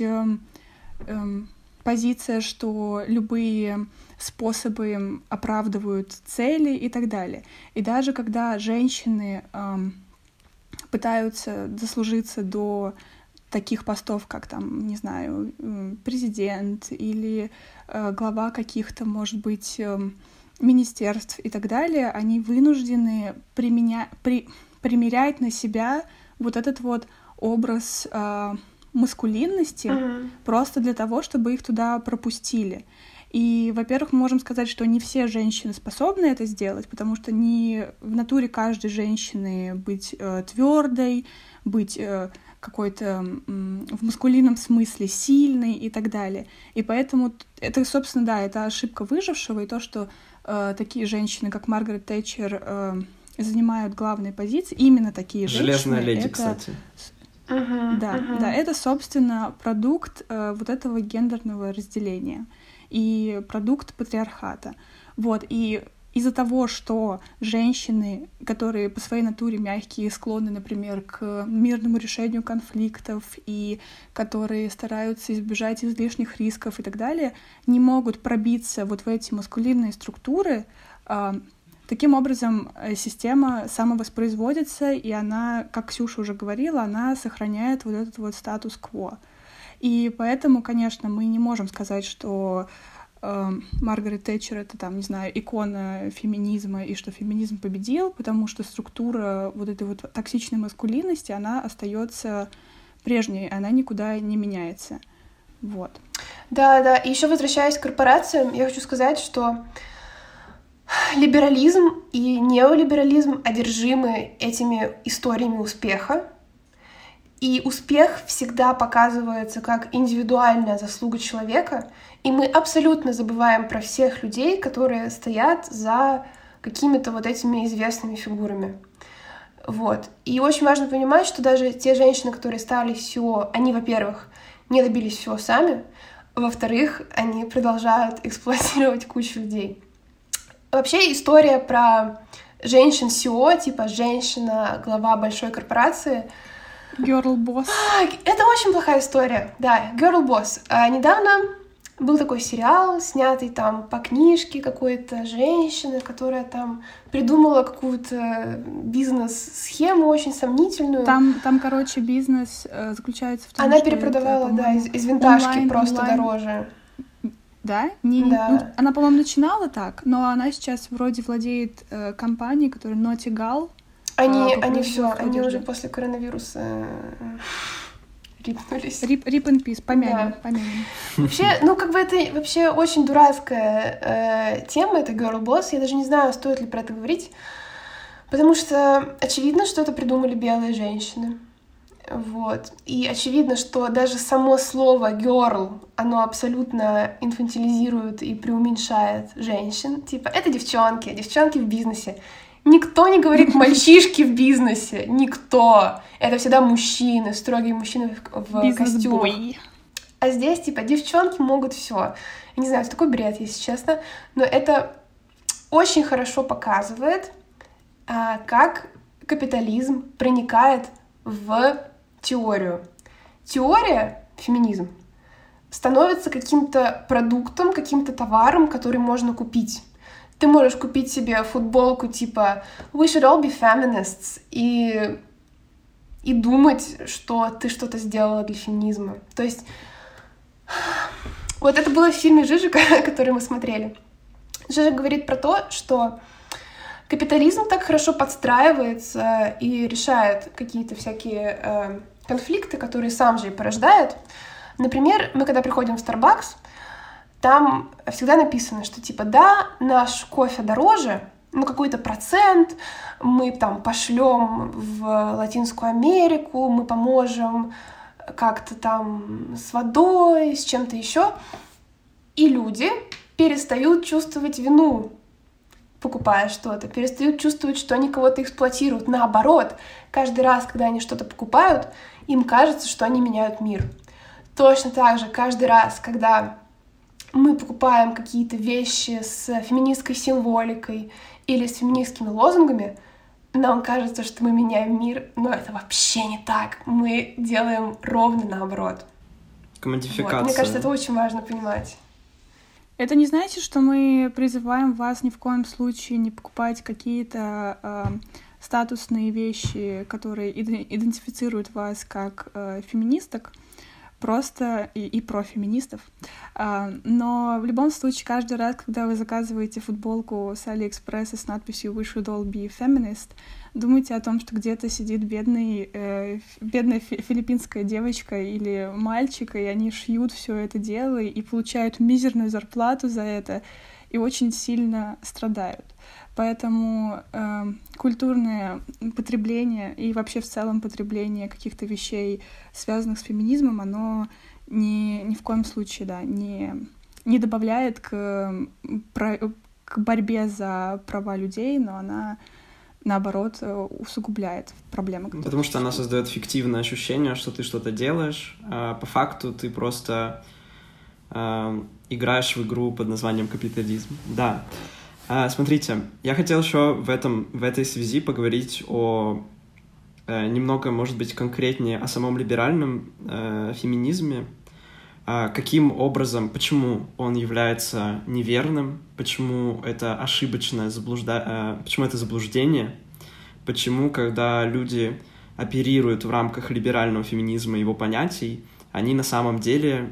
позиция, что любые способы оправдывают цели и так далее. И даже когда женщины пытаются дослужиться до таких постов, как там, не знаю, президент или глава каких-то, может быть, министерств и так далее, они вынуждены примерять на себя вот этот вот образ маскулинности просто для того, чтобы их туда пропустили. И, во-первых, мы можем сказать, что не все женщины способны это сделать, потому что не в натуре каждой женщины быть твердой, быть какой-то в маскулинном смысле сильной и так далее. И поэтому это, собственно, да, это ошибка выжившего, и то, что такие женщины, как Маргарет Тэтчер, занимают главные позиции, именно такие женщины. Железная леди, кстати. Да, это, собственно, продукт вот этого гендерного разделения и продукт патриархата. Вот, и из-за того, что женщины, которые по своей натуре мягкие, склонны, например, к мирному решению конфликтов и которые стараются избежать излишних рисков и так далее, не могут пробиться вот в эти маскулинные структуры, таким образом система самовоспроизводится, и она, как Ксюша уже говорила, она сохраняет вот этот вот статус-кво. И поэтому, конечно, мы не можем сказать, что Маргарет Тэтчер — это, там, не знаю, икона феминизма, и что феминизм победил, потому что структура вот этой вот токсичной маскулинности, она остается прежней, она никуда не меняется. Вот. Да, и еще возвращаясь к корпорациям, я хочу сказать, что либерализм и неолиберализм одержимы этими историями успеха, и успех всегда показывается как индивидуальная заслуга человека, и мы абсолютно забываем про всех людей, которые стоят за какими-то вот этими известными фигурами. Вот. И очень важно понимать, что даже те женщины, которые стали SEO, они, во-первых, не добились всего сами, во-вторых, они продолжают эксплуатировать кучу людей. Вообще история про женщин SEO, типа женщина, глава большой корпорации, Girl Boss. Это очень плохая история, да, Girl Boss. Недавно был такой сериал, снятый там по книжке какой-то женщины, которая там придумала какую-то бизнес-схему очень сомнительную. Там, короче, бизнес заключается в том, она перепродавала, да, из винтажки просто дороже. Да? Да. Ну, она, по-моему, начинала так, но она сейчас вроде владеет компанией, которая Naughty Gal. Они все, они уже после коронавируса рипнулись. Rip in peace, помянем. Вообще, это вообще очень дурацкая тема, это Girl Boss. Я даже не знаю, стоит ли про это говорить, потому что очевидно, что это придумали белые женщины. Вот. И очевидно, что даже само слово girl, оно абсолютно инфантилизирует и преуменьшает женщин. Типа, это девчонки в бизнесе. Никто не говорит мальчишки в бизнесе. Никто. Это всегда мужчины, строгие мужчины в костюмах. А здесь, типа, девчонки могут все. Я не знаю, это такой бред, если честно. Но это очень хорошо показывает как капитализм проникает в теорию. Теория, феминизм, становится каким-то продуктом, каким-то товаром, который можно купить. Ты можешь купить себе футболку типа «We should all be feminists» и думать, что ты что-то сделала для феминизма. То есть вот это было в фильме «Жижика», который мы смотрели. Жижик говорит про то, что капитализм так хорошо подстраивается и решает какие-то всякие конфликты, которые сам же и порождает. Например, мы когда приходим в Starbucks, там всегда написано, что типа да, наш кофе дороже, но какой-то процент мы там пошлем в Латинскую Америку, мы поможем как-то там с водой, с чем-то еще. И люди перестают чувствовать вину, покупая что-то, перестают чувствовать, что они кого-то эксплуатируют. Наоборот, каждый раз, когда они что-то покупают, им кажется, что они меняют мир. Точно так же каждый раз, когда мы покупаем какие-то вещи с феминистской символикой или с феминистскими лозунгами, нам кажется, что мы меняем мир, но это вообще не так. Мы делаем ровно наоборот. Комодификация. Вот. Мне кажется, это очень важно понимать. Это не значит, что мы призываем вас ни в коем случае не покупать какие-то статусные вещи, которые идентифицируют вас как феминисток, просто и профеминистов. Но в любом случае, каждый раз, когда вы заказываете футболку с Алиэкспресса с надписью «We should all be feminist», думайте о том, что где-то сидит бедная филиппинская девочка или мальчик, и они шьют все это дело и получают мизерную зарплату за это, и очень сильно страдают. Поэтому культурное потребление и вообще в целом потребление каких-то вещей, связанных с феминизмом, оно ни в коем случае не добавляет к борьбе за права людей, но она, наоборот, усугубляет проблемы. Потому что она создает фиктивное ощущение, что ты что-то делаешь, а по факту ты просто играешь в игру под названием капитализм. Да. Смотрите, я хотел еще в этой связи поговорить немного, может быть, конкретнее о самом либеральном феминизме. Каким образом, почему он является неверным, почему это почему это заблуждение, почему, когда люди оперируют в рамках либерального феминизма его понятий, они на самом деле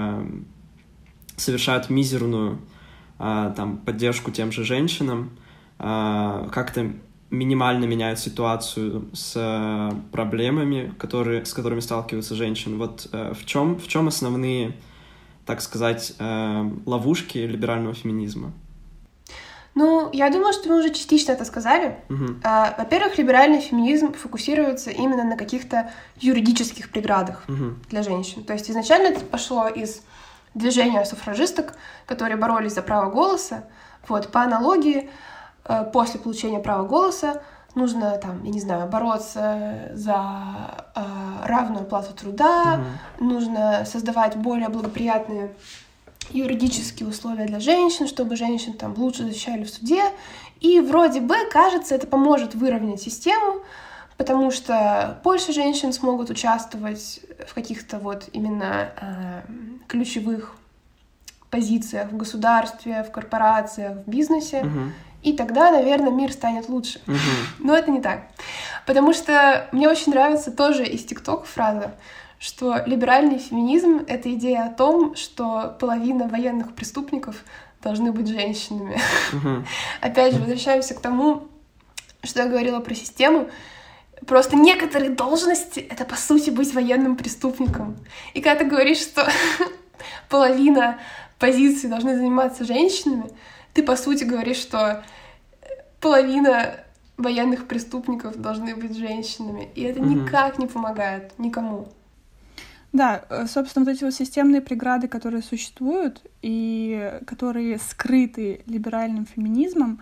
совершают мизерную поддержку тем же женщинам, как-то минимально меняют ситуацию с проблемами, с которыми сталкиваются женщины. Вот в чем основные, так сказать, ловушки либерального феминизма? Ну, я думаю, что мы уже частично это сказали. Во-первых, либеральный феминизм фокусируется именно на каких-то юридических преградах для женщин. То есть изначально это пошло из движения суфражисток, которые боролись за право голоса. Вот, по аналогии, после получения права голоса нужно, бороться за равную оплату труда, нужно создавать более благоприятные юридические условия для женщин, чтобы женщин лучше защищали в суде. И вроде бы, кажется, это поможет выровнять систему, потому что больше женщин смогут участвовать в каких-то именно ключевых позициях в государстве, в корпорациях, в бизнесе. И тогда, наверное, мир станет лучше. Но это не так. Потому что мне очень нравится тоже из ТикТока фраза, что либеральный феминизм — это идея о том, что половина военных преступников должны быть женщинами. Опять же, возвращаемся к тому, что я говорила про систему. Просто некоторые должности — это, по сути, быть военным преступником. И когда ты говоришь, что половина позиций должны заниматься женщинами, ты, по сути, говоришь, что половина военных преступников должны быть женщинами. И это никак не помогает никому. Да, собственно, вот эти системные преграды, которые существуют и которые скрыты либеральным феминизмом,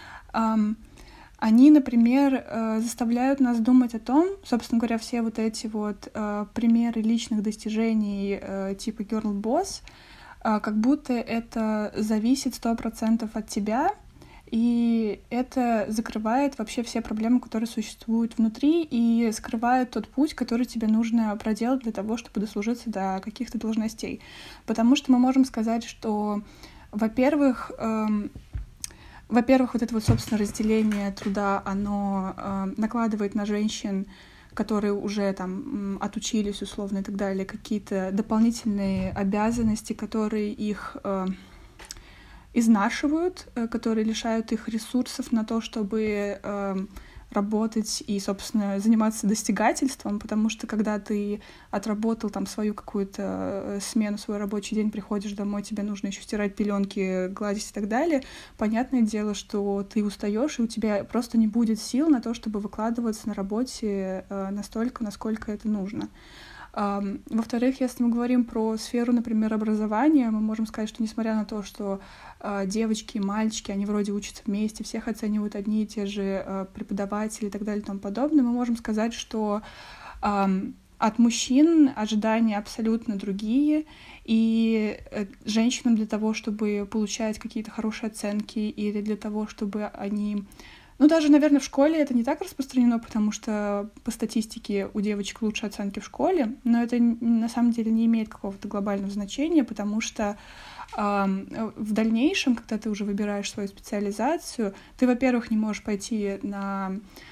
они, например, заставляют нас думать о том, собственно говоря, все вот эти примеры личных достижений типа girl boss, как будто это зависит 100% от тебя, И это закрывает вообще все проблемы, которые существуют внутри, и скрывает тот путь, который тебе нужно проделать для того, чтобы дослужиться до каких-то должностей. Потому что мы можем сказать, что, во-первых, вот это вот, собственно, разделение труда, оно накладывает на женщин, которые уже там отучились условно и так далее, какие-то дополнительные обязанности, которые их изнашивают, которые лишают их ресурсов на то, чтобы работать и, собственно, заниматься достигательством, потому что когда ты отработал там свою какую-то смену, свой рабочий день, приходишь домой, тебе нужно еще стирать пеленки, гладить и так далее, понятное дело, что ты устаешь, и у тебя просто не будет сил на то, чтобы выкладываться на работе настолько, насколько это нужно. Во-вторых, если мы говорим про сферу, например, образования, мы можем сказать, что несмотря на то, что девочки и мальчики, они вроде учатся вместе, всех оценивают одни и те же преподаватели и так далее и тому подобное, мы можем сказать, что от мужчин ожидания абсолютно другие, и женщинам для того, чтобы получать какие-то хорошие оценки или для того, чтобы они... Ну, даже, наверное, в школе это не так распространено, потому что по статистике у девочек лучше оценки в школе, но это на самом деле не имеет какого-то глобального значения, потому что в дальнейшем, когда ты уже выбираешь свою специализацию, ты, во-первых, не можешь пойти на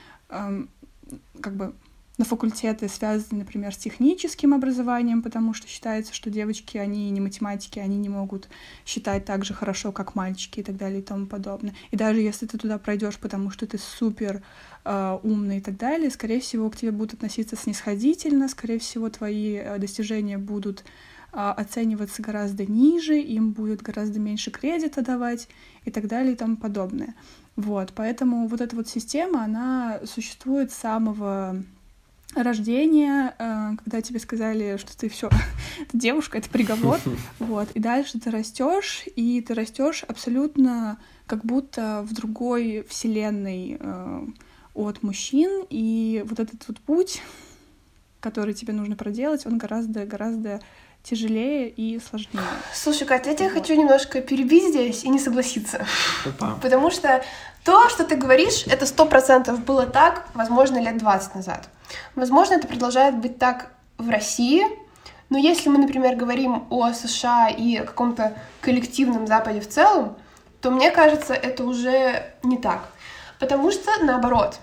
факультеты, связанные, например, с техническим образованием, потому что считается, что девочки, они не математики, они не могут считать так же хорошо, как мальчики и так далее и тому подобное. И даже если ты туда пройдешь, потому что ты супер умный и так далее, скорее всего, к тебе будут относиться снисходительно, скорее всего, твои достижения будут оцениваться гораздо ниже, им будет гораздо меньше кредита давать и так далее и тому подобное. Вот, поэтому вот эта вот система, она существует с самого рождения, когда тебе сказали, что ты все, ты девушка, это приговор, вот, и дальше ты растешь, и ты растешь абсолютно как будто в другой вселенной от мужчин, и вот этот вот путь, который тебе нужно проделать, он гораздо тяжелее и сложнее. Слушай, Катя, я тебя хочу немножко перебить здесь и не согласиться. Потому что то, что ты говоришь, это 100% было так, возможно, лет 20 назад. Возможно, это продолжает быть так в России, но если мы, например, говорим о США и о каком-то коллективном Западе в целом, то, мне кажется, это уже не так. Потому что, наоборот,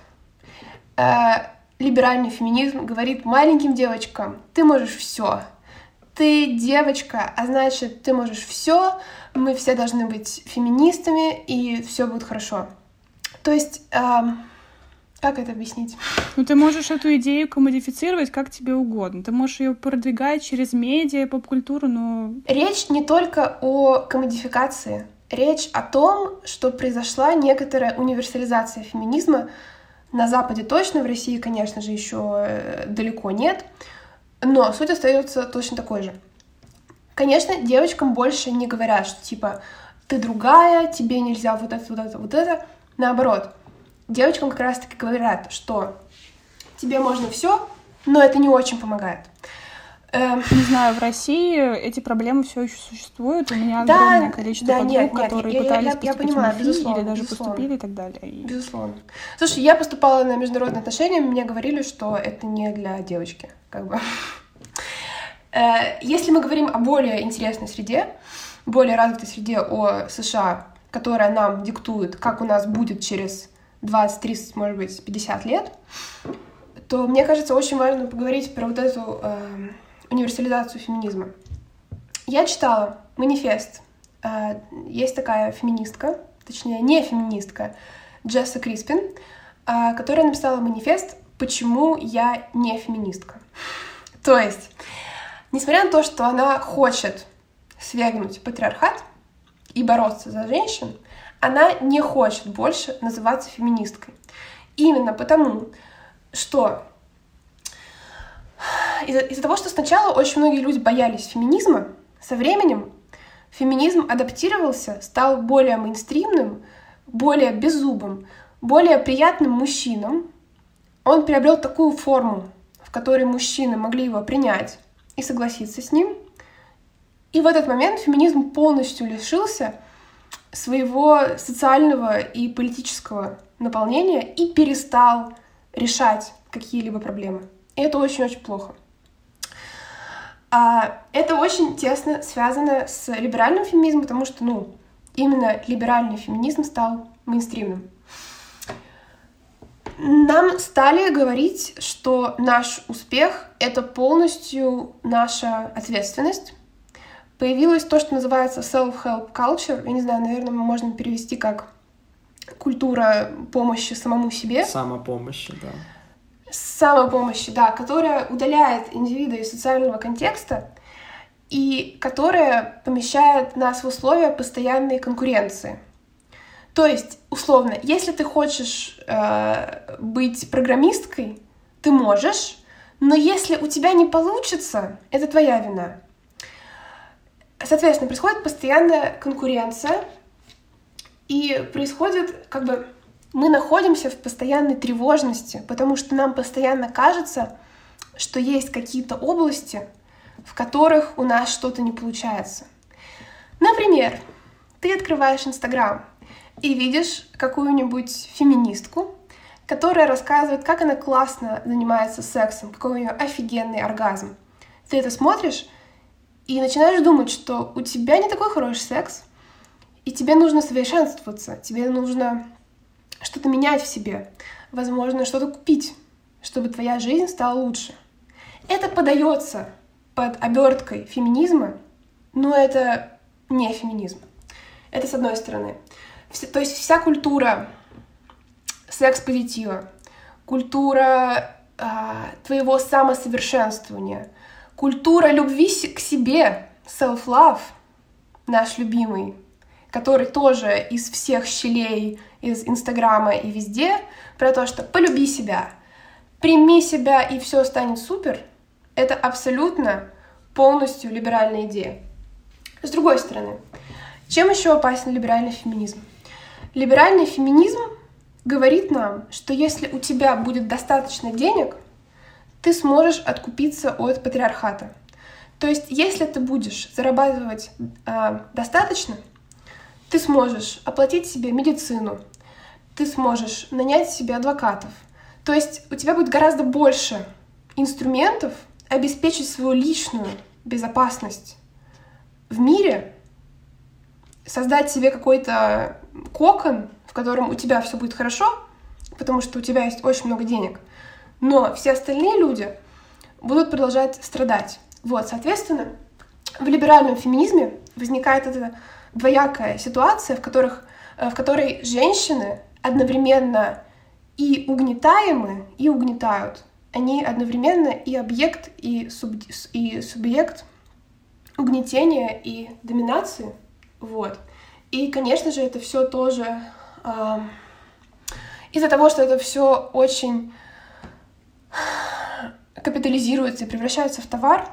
либеральный феминизм говорит маленьким девочкам: ты можешь все. Ты девочка, а значит, ты можешь все, мы все должны быть феминистами, и все будет хорошо. То есть, как это объяснить? Ну, ты можешь эту идею комодифицировать как тебе угодно. Ты можешь ее продвигать через медиа, поп-культуру, но... Речь не только о комодификации. Речь о том, что произошла некоторая универсализация феминизма. На Западе точно, в России, конечно же, еще далеко нет. Но суть остается точно такой же. Конечно, девочкам больше не говорят, что типа ты другая, тебе нельзя вот это. Наоборот, девочкам как раз-таки говорят, что тебе можно все, но это не очень помогает. Не знаю, в России эти проблемы все еще существуют. У меня огромное количество подруг, которые пытались поступить в МФИ или даже поступили и так далее. Безусловно. Слушай, я поступала на международные отношения, мне говорили, что это не для девочки, как бы. Если мы говорим о более интересной среде, более развитой среде, о США, которая нам диктует, как у нас будет через 20, 30, может быть, 50 лет, то, мне кажется, очень важно поговорить про вот эту универсализацию феминизма. Я читала манифест. Есть такая феминистка, точнее, не феминистка, Джесса Криспин, которая написала манифест «Почему я не феминистка?». То есть, несмотря на то, что она хочет свергнуть патриархат и бороться за женщин, она не хочет больше называться феминисткой. Именно потому, что из-за того, что сначала очень многие люди боялись феминизма, со временем феминизм адаптировался, стал более мейнстримным, более беззубым, более приятным мужчинам. Он приобрел такую форму, в которой мужчины могли его принять и согласиться с ним. И в этот момент феминизм полностью лишился своего социального и политического наполнения и перестал решать какие-либо проблемы. И это очень-очень плохо. Это очень тесно связано с либеральным феминизмом, потому что, именно либеральный феминизм стал мейнстримным. Нам стали говорить, что наш успех — это полностью наша ответственность. Появилось то, что называется self-help culture. Я не знаю, наверное, можно перевести как культура помощи самому себе. Самопомощи, да. Самопомощи, да, которая удаляет индивида из социального контекста и которая помещает нас в условия постоянной конкуренции. То есть, условно, если ты хочешь быть программисткой, ты можешь, но если у тебя не получится, это твоя вина. Соответственно, происходит постоянная конкуренция, и происходит, мы находимся в постоянной тревожности, потому что нам постоянно кажется, что есть какие-то области, в которых у нас что-то не получается. Например, ты открываешь Инстаграм и видишь какую-нибудь феминистку, которая рассказывает, как она классно занимается сексом, какой у нее офигенный оргазм. Ты это смотришь и начинаешь думать, что у тебя не такой хороший секс, и тебе нужно совершенствоваться, тебе нужно что-то менять в себе, возможно, что-то купить, чтобы твоя жизнь стала лучше. Это подается под оберткой феминизма, но это не феминизм. Это с одной стороны. То есть вся культура секс-позитива, культура твоего самосовершенствования, культура любви к себе, self-love, наш любимый, который тоже из всех щелей, из Инстаграма и везде, про то, что полюби себя, прими себя, и все станет супер, это абсолютно полностью либеральная идея. С другой стороны, чем еще опасен либеральный феминизм? Либеральный феминизм говорит нам, что если у тебя будет достаточно денег, ты сможешь откупиться от патриархата. То есть, если ты будешь зарабатывать достаточно, ты сможешь оплатить себе медицину, ты сможешь нанять себе адвокатов. То есть у тебя будет гораздо больше инструментов обеспечить свою личную безопасность в мире, создать себе какой-то кокон, в котором у тебя все будет хорошо, потому что у тебя есть очень много денег, но все остальные люди будут продолжать страдать. Соответственно, в либеральном феминизме возникает эта двоякая ситуация, в которой женщины одновременно и угнетаемы, и угнетают. Они одновременно и объект, и субъект угнетения и доминации. И, конечно же, это все тоже из-за того, что это все очень капитализируется и превращается в товар,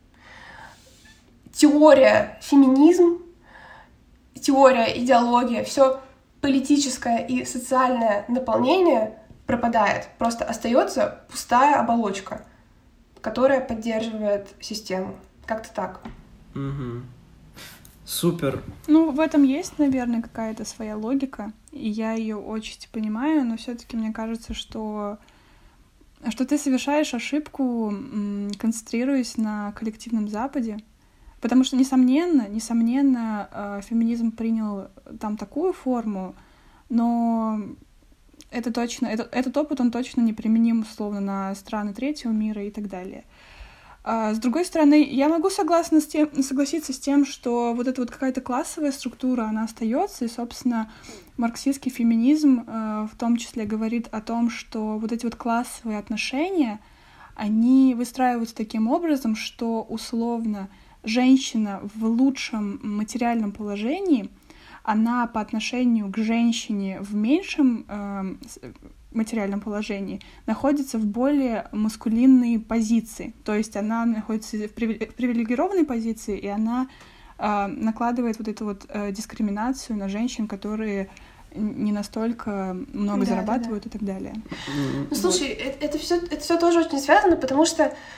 теория феминизм, теория, идеология, все политическое и социальное наполнение пропадает. Просто остается пустая оболочка, которая поддерживает систему. Как-то так. Угу. Супер. В этом есть, наверное, какая-то своя логика, и я ее очень понимаю, но все-таки мне кажется, что ты совершаешь ошибку, концентрируясь на коллективном Западе, потому что, несомненно, феминизм принял там такую форму, но этот опыт, он точно не применим, условно, на страны третьего мира и так далее. С другой стороны, я могу согласиться с тем, что вот эта вот какая-то классовая структура, она остается, и, собственно, марксистский феминизм в том числе говорит о том, что вот эти вот классовые отношения, они выстраиваются таким образом, что, условно, женщина в лучшем материальном положении, она по отношению к женщине в меньшем материальном положении находится в более маскулинной позиции. То есть она находится в привилегированной позиции, и она накладывает вот эту вот дискриминацию на женщин, которые не настолько много зарабатывают и так далее. Слушай, это все тоже очень связано, потому что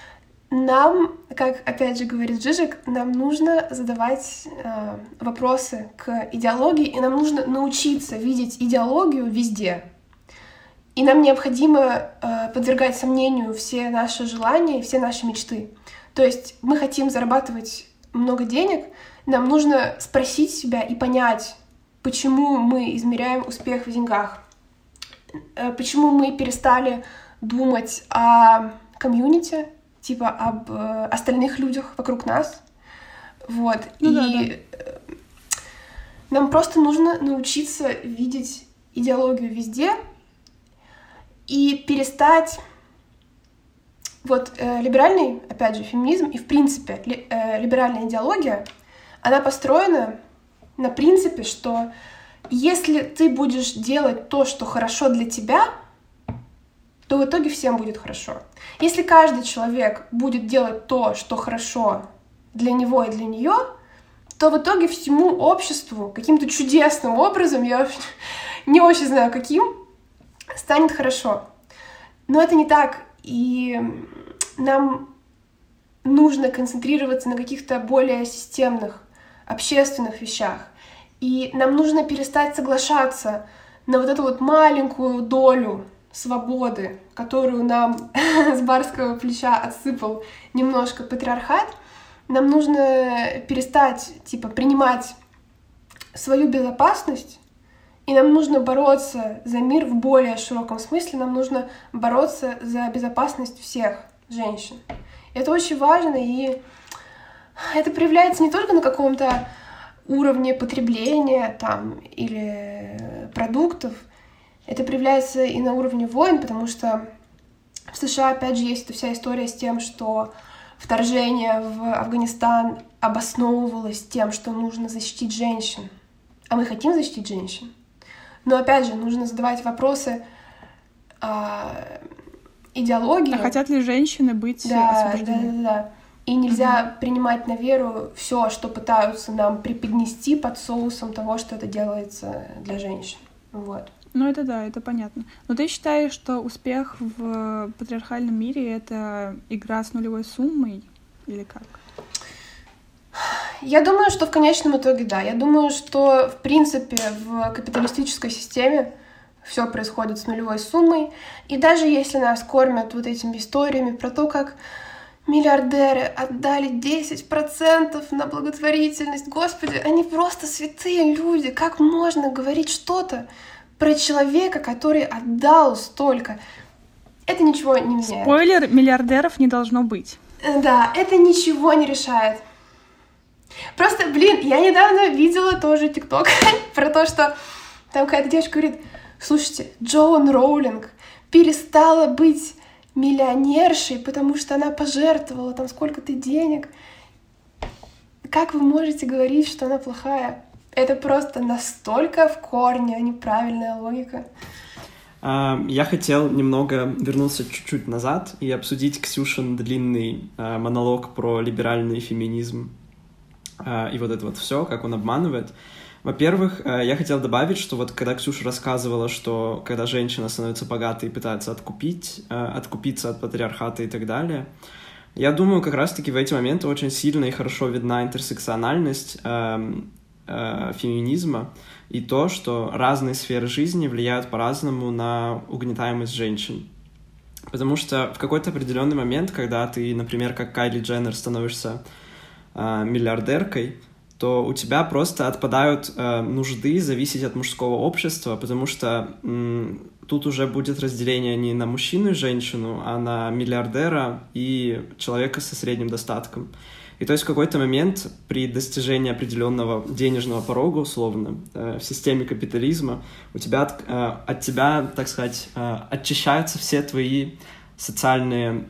нам, как опять же говорит Жижик, нам нужно задавать вопросы к идеологии, и нам нужно научиться видеть идеологию везде. И нам необходимо подвергать сомнению все наши желания, все наши мечты. То есть мы хотим зарабатывать много денег, нам нужно спросить себя и понять, почему мы измеряем успех в деньгах, почему мы перестали думать о комьюнити, типа об остальных людях вокруг нас. Вот. Нам просто нужно научиться видеть идеологию везде и перестать... Вот либеральный, опять же, феминизм и, в принципе, либеральная идеология, она построена на принципе, что если ты будешь делать то, что хорошо для тебя, то в итоге всем будет хорошо. Если каждый человек будет делать то, что хорошо для него и для нее, то в итоге всему обществу каким-то чудесным образом, я не очень знаю каким, станет хорошо. Но это не так, и нам нужно концентрироваться на каких-то более системных, общественных вещах. И нам нужно перестать соглашаться на вот эту вот маленькую долю свободы, которую нам с барского плеча отсыпал немножко патриархат. Нам нужно перестать, принимать свою безопасность, и нам нужно бороться за мир в более широком смысле, нам нужно бороться за безопасность всех женщин. Это очень важно, и это проявляется не только на каком-то уровне потребления или продуктов, это проявляется и на уровне войн, потому что в США, опять же, есть эта вся история с тем, что вторжение в Афганистан обосновывалось тем, что нужно защитить женщин. А мы хотим защитить женщин. Но, опять же, нужно задавать вопросы идеологии. А хотят ли женщины быть освобождены? Да. И нельзя принимать на веру все, что пытаются нам преподнести под соусом того, что это делается для женщин. Вот. Ну, это да, это понятно. Но ты считаешь, что успех в патриархальном мире — это игра с нулевой суммой или как? Я думаю, что в конечном итоге да. Я думаю, что, в принципе, в капиталистической системе все происходит с нулевой суммой. И даже если нас кормят вот этими историями про то, как миллиардеры отдали 10% на благотворительность, господи, они просто святые люди. Как можно говорить что-то про человека, который отдал столько? Это ничего не меняет. Спойлер, миллиардеров не должно быть. Да, это ничего не решает. Просто, я недавно видела тоже ТикТок про то, что там какая-то девочка говорит: слушайте, Джоан Роулинг перестала быть миллионершей, потому что она пожертвовала там сколько-то денег. Как вы можете говорить, что она плохая? Это просто настолько в корне неправильная логика. Я хотел немного вернуться чуть-чуть назад и обсудить Ксюшин длинный монолог про либеральный феминизм и вот это вот все, как он обманывает. Во-первых, я хотел добавить, что вот когда Ксюша рассказывала, что когда женщина становится богатой и пытается откупиться от патриархата и так далее, я думаю, как раз-таки в эти моменты очень сильно и хорошо видна интерсекциональность феминизма и то, что разные сферы жизни влияют по-разному на угнетаемость женщин. Потому что в какой-то определенный момент, когда ты, например, как Кайли Дженнер, становишься миллиардеркой, то у тебя просто отпадают нужды зависеть от мужского общества, потому что тут уже будет разделение не на мужчину и женщину, а на миллиардера и человека со средним достатком. И то есть в какой-то момент при достижении определенного денежного порога, условно, в системе капитализма, от тебя, так сказать, очищаются все твои социальные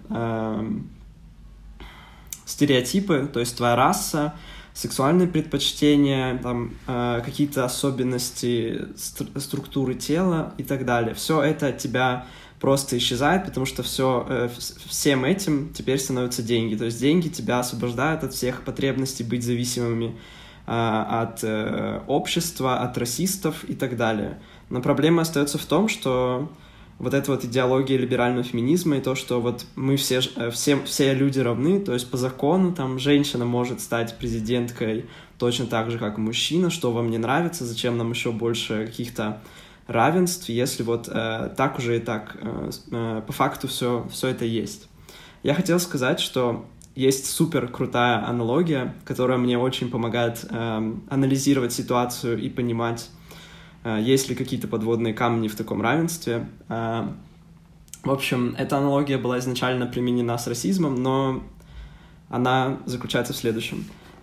стереотипы, то есть твоя раса, сексуальные предпочтения, там, какие-то особенности структуры тела и так далее. Все это от тебя просто исчезает, потому что всем этим теперь становятся деньги. То есть деньги тебя освобождают от всех потребностей быть зависимыми от общества, от расистов и так далее. Но проблема остается в том, что вот эта вот идеология либерального феминизма и то, что вот мы все люди равны, то есть по закону там женщина может стать президенткой точно так же, как и мужчина, что вам не нравится, зачем нам еще больше каких-то равенств, если вот так уже и так по факту все это есть. Я хотел сказать, что есть супер крутая аналогия, которая мне очень помогает анализировать ситуацию и понимать, есть ли какие-то подводные камни в таком равенстве. В общем, эта аналогия была изначально применена с расизмом, но она заключается в следующем.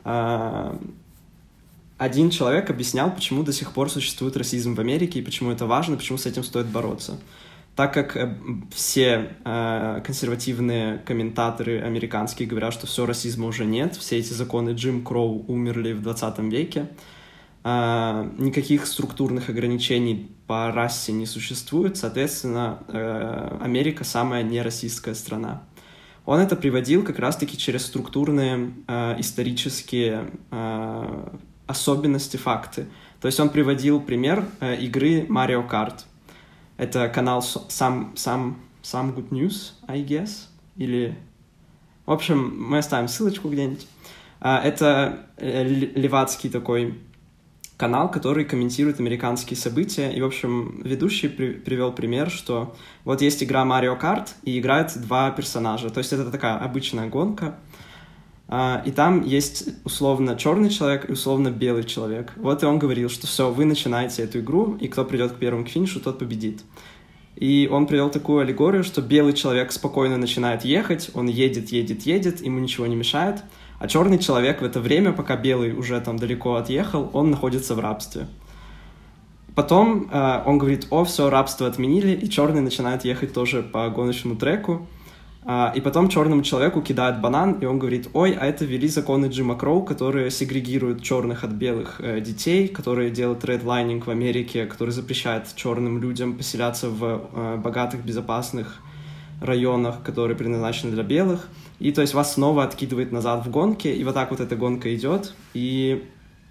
Один человек объяснял, почему до сих пор существует расизм в Америке и почему это важно, почему с этим стоит бороться. Так как все консервативные комментаторы американские говорят, что все, расизма уже нет, все эти законы Джим Кроу умерли в 20 веке, никаких структурных ограничений по расе не существует, соответственно, Америка самая нерасистская страна. Он это приводил как раз-таки через структурные исторические особенности, факты. То есть он приводил пример игры Mario Kart. Это канал Some Good News, I guess, или... В общем, мы оставим ссылочку где-нибудь. Это левацкий такой канал, который комментирует американские события. И, в общем, ведущий привел пример, что вот есть игра Mario Kart, и играют два персонажа. То есть это такая обычная гонка. И там есть условно черный человек и условно белый человек. Вот и он говорил, что все, вы начинаете эту игру, и кто придет первым к финишу, тот победит. И он привел такую аллегорию, что белый человек спокойно начинает ехать, он едет, ему ничего не мешает, а черный человек в это время, пока белый уже там далеко отъехал, он находится в рабстве. Потом он говорит, все, рабство отменили, и черный начинает ехать тоже по гоночному треку. И потом черному человеку кидают банан, и он говорит, а это ввели законы Джима Кроу, которые сегрегируют черных от белых детей, которые делают редлайнинг в Америке, который запрещает черным людям поселяться в богатых, безопасных районах, которые предназначены для белых. И то есть вас снова откидывает назад в гонке, и вот так вот эта гонка идет, и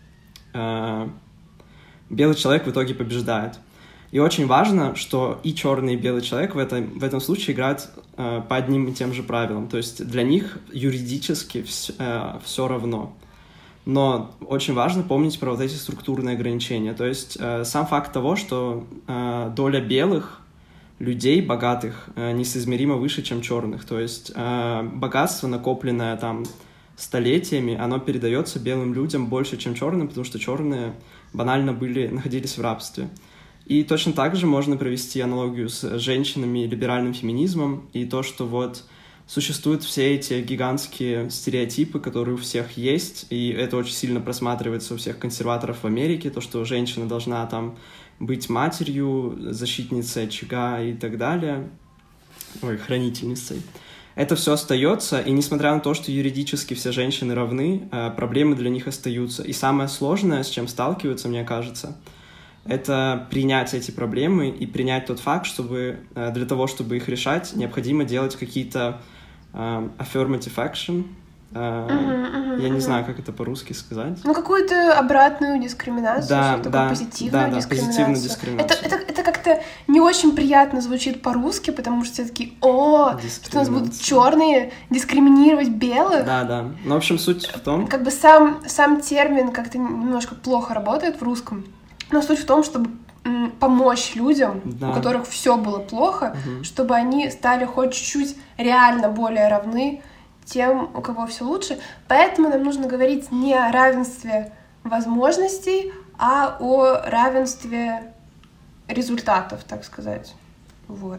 белый человек в итоге побеждает. И очень важно, что и черный, и белый человек в этом случае играют по одним и тем же правилам. То есть для них юридически все равно. Но очень важно помнить про вот эти структурные ограничения. То есть сам факт того, что доля белых людей, богатых, несоизмеримо выше, чем черных. То есть богатство, накопленное там столетиями, оно передается белым людям больше, чем черным, потому что черные банально находились в рабстве. И точно так же можно провести аналогию с женщинами и либеральным феминизмом, и то, что вот существуют все эти гигантские стереотипы, которые у всех есть, и это очень сильно просматривается у всех консерваторов в Америке, то, что женщина должна там быть матерью, защитницей очага и так далее, хранительницей. Это все остается, и несмотря на то, что юридически все женщины равны, проблемы для них остаются. И самое сложное, с чем сталкиваются, мне кажется, это принять эти проблемы и принять тот факт, чтобы для того, чтобы их решать, необходимо делать какие-то affirmative action. Я не знаю, как это по-русски сказать. Какую-то обратную дискриминацию, такую позитивную дискриминацию. Позитивную дискриминацию. Это как-то не очень приятно звучит по-русски, потому что все такие, что у нас будут черные дискриминировать белых. Да. Ну, в общем, суть в том... Как бы сам термин как-то немножко плохо работает в русском. Но суть в том, чтобы помочь людям, у которых все было плохо, чтобы они стали хоть чуть-чуть реально более равны тем, у кого все лучше. Поэтому нам нужно говорить не о равенстве возможностей, а о равенстве результатов, так сказать. Вот.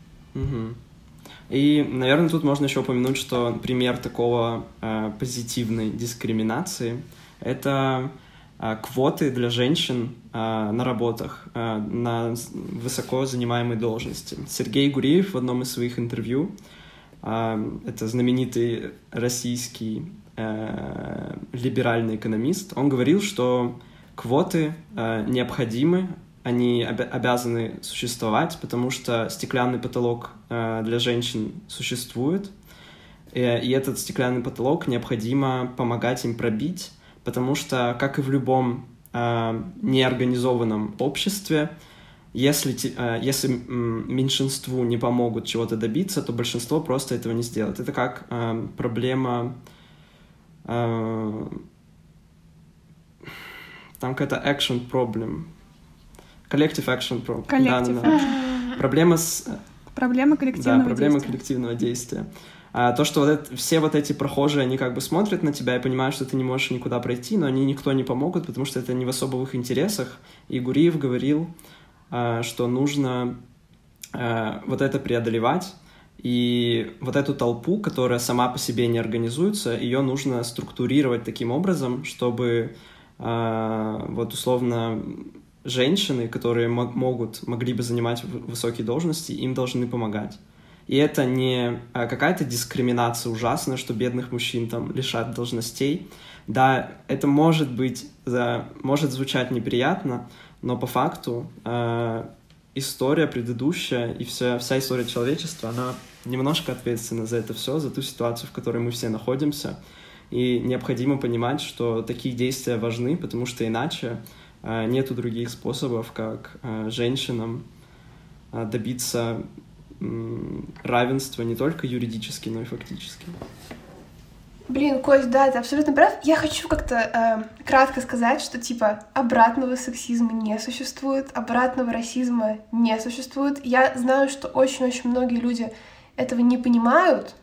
И, наверное, тут можно еще упомянуть, что пример такого позитивной дискриминации — это квоты для женщин на работах, на высоко занимаемой должности. Сергей Гуриев в одном из своих интервью, это знаменитый российский либеральный экономист, он говорил, что квоты необходимы, они обязаны существовать, потому что стеклянный потолок для женщин существует, и этот стеклянный потолок необходимо помогать им пробить, потому что, как и в любом неорганизованном обществе, если меньшинству не помогут чего-то добиться, то большинство просто этого не сделает. Это как проблема... там какая-то action problem. Collective action problem. Collective action. Проблема коллективного действия. Проблема коллективного действия. То, что все эти прохожие, они как бы смотрят на тебя и понимают, что ты не можешь никуда пройти, но они никто не помогут, потому что это не в особо в их интересах. И Гуриев говорил, что нужно вот это преодолевать, и вот эту толпу, которая сама по себе не организуется, ее нужно структурировать таким образом, чтобы вот условно женщины, которые могли бы занимать высокие должности, им должны помогать. И это не какая-то дискриминация ужасная, что бедных мужчин там лишат должностей. Да, это может звучать неприятно, но по факту история предыдущая и вся история человечества, она немножко ответственна за это все, за ту ситуацию, в которой мы все находимся. И необходимо понимать, что такие действия важны, потому что иначе нету других способов, как женщинам добиться равенства не только юридически, но и фактически. Блин, Кость, да, ты абсолютно прав. Я хочу как-то кратко сказать, что типа обратного сексизма не существует, обратного расизма не существует. Я знаю, что очень-очень многие люди этого не понимают,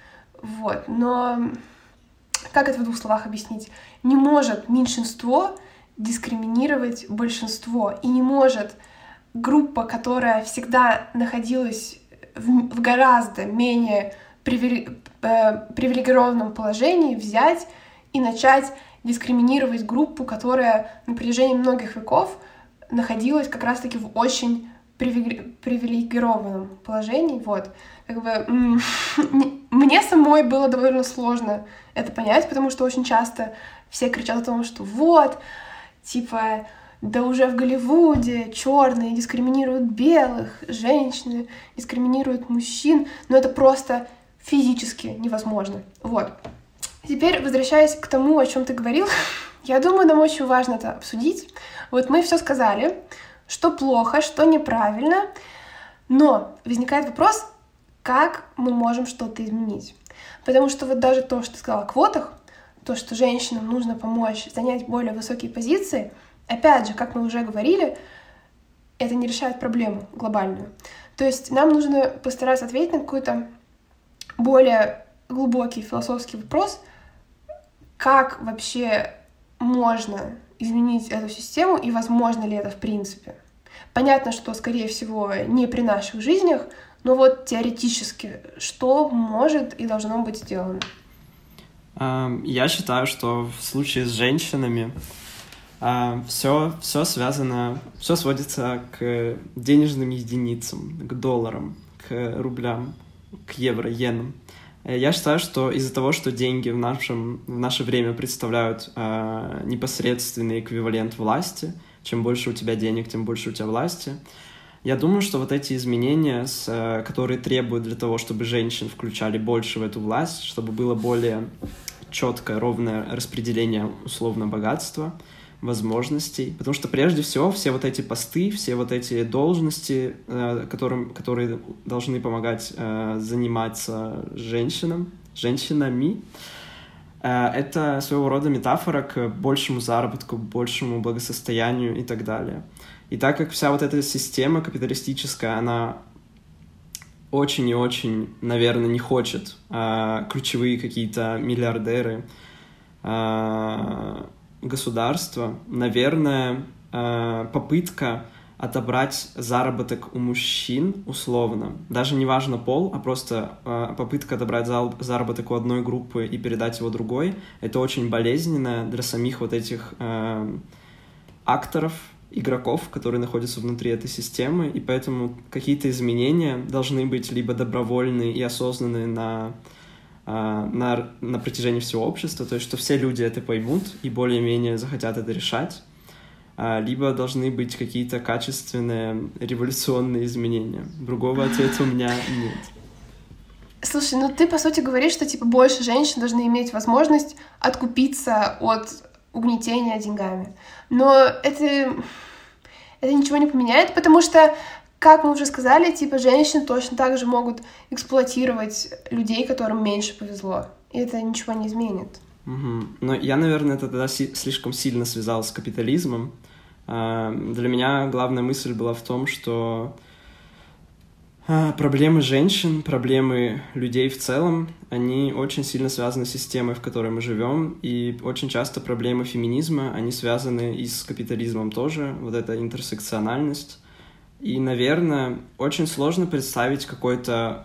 вот, но как это в 2 словах объяснить? Не может меньшинство дискриминировать большинство, и не может группа, которая всегда находилась в гораздо менее привилегированном положении, взять и начать дискриминировать группу, которая на протяжении многих веков находилась как раз-таки в очень привилегированном положении. Вот. Как бы, мне самой было довольно сложно это понять, потому что очень часто все кричат о том, что вот, типа, да уже в Голливуде черные дискриминируют белых, женщины дискриминируют мужчин, но это просто физически невозможно. Вот. Теперь, возвращаясь к тому, о чем ты говорил, я думаю, нам очень важно это обсудить. Вот мы все сказали, что плохо, что неправильно, но возникает вопрос, как мы можем что-то изменить. Потому что вот даже то, что ты сказала о квотах, то, что женщинам нужно помочь занять более высокие позиции, опять же, как мы уже говорили, это не решает проблему глобальную. То есть нам нужно постараться ответить на какой-то более глубокий философский вопрос, как вообще можно изменить эту систему и возможно ли это в принципе. Понятно, что, скорее всего, не при наших жизнях, но вот теоретически, что может и должно быть сделано? Я считаю, что в случае с женщинами все сводится к денежным единицам, к долларам, к рублям, к евро, иенам. Я считаю, что из-за того, что деньги в наше время представляют непосредственный эквивалент власти, чем больше у тебя денег, тем больше у тебя власти, я думаю, что вот эти изменения, которые требуют для того, чтобы женщин включали больше в эту власть, чтобы было более четкое, ровное распределение условно богатства, возможностей, потому что прежде всего все вот эти посты, все вот эти должности, которые должны помогать заниматься женщинами, это своего рода метафора к большему заработку, к большему благосостоянию и так далее. И так как вся вот эта система капиталистическая, она очень и очень, наверное, не хочет ключевые какие-то миллиардеры, государства, наверное, попытка отобрать заработок у мужчин, условно, даже не важно пол, а просто попытка отобрать заработок у одной группы и передать его другой, это очень болезненно для самих вот этих акторов, игроков, которые находятся внутри этой системы, и поэтому какие-то изменения должны быть либо добровольные и осознанные на протяжении всего общества, то есть что все люди это поймут и более-менее захотят это решать, либо должны быть какие-то качественные революционные изменения. Другого ответа у меня нет. Слушай, ну ты, по сути, говоришь, что типа больше женщин должны иметь возможность откупиться от угнетения деньгами. Но это это ничего не поменяет, потому что, как мы уже сказали, типа, женщины точно так же могут эксплуатировать людей, которым меньше повезло, и это ничего не изменит. Но я, наверное, это тогда слишком сильно связал с капитализмом. Для меня главная мысль была в том, что проблемы женщин, проблемы людей в целом, они очень сильно связаны с системой, в которой мы живем, и очень часто проблемы феминизма, они связаны и с капитализмом тоже, вот эта интерсекциональность. И, наверное, очень сложно представить какой-то,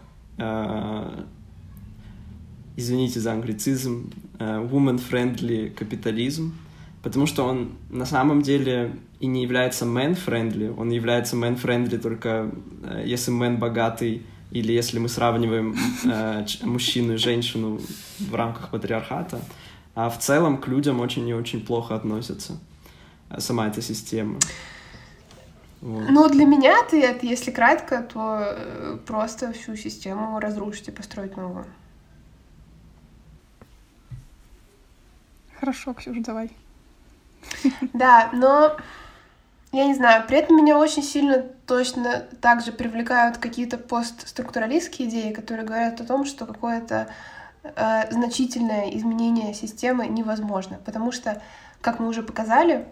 извините за англицизм, woman-friendly капитализм, потому что он на самом деле и не является man-friendly, он является man-friendly только если man богатый или если мы сравниваем мужчину и женщину в рамках патриархата, а в целом к людям очень и очень плохо относится сама эта система. Вот. Ну, для меня это, если кратко, то просто всю систему разрушить и построить новую. Хорошо, Ксюш, давай. Да, но я не знаю, при этом меня очень сильно точно также привлекают какие-то постструктуралистские идеи, которые говорят о том, что какое-то значительное изменение системы невозможно, потому что, как мы уже показали,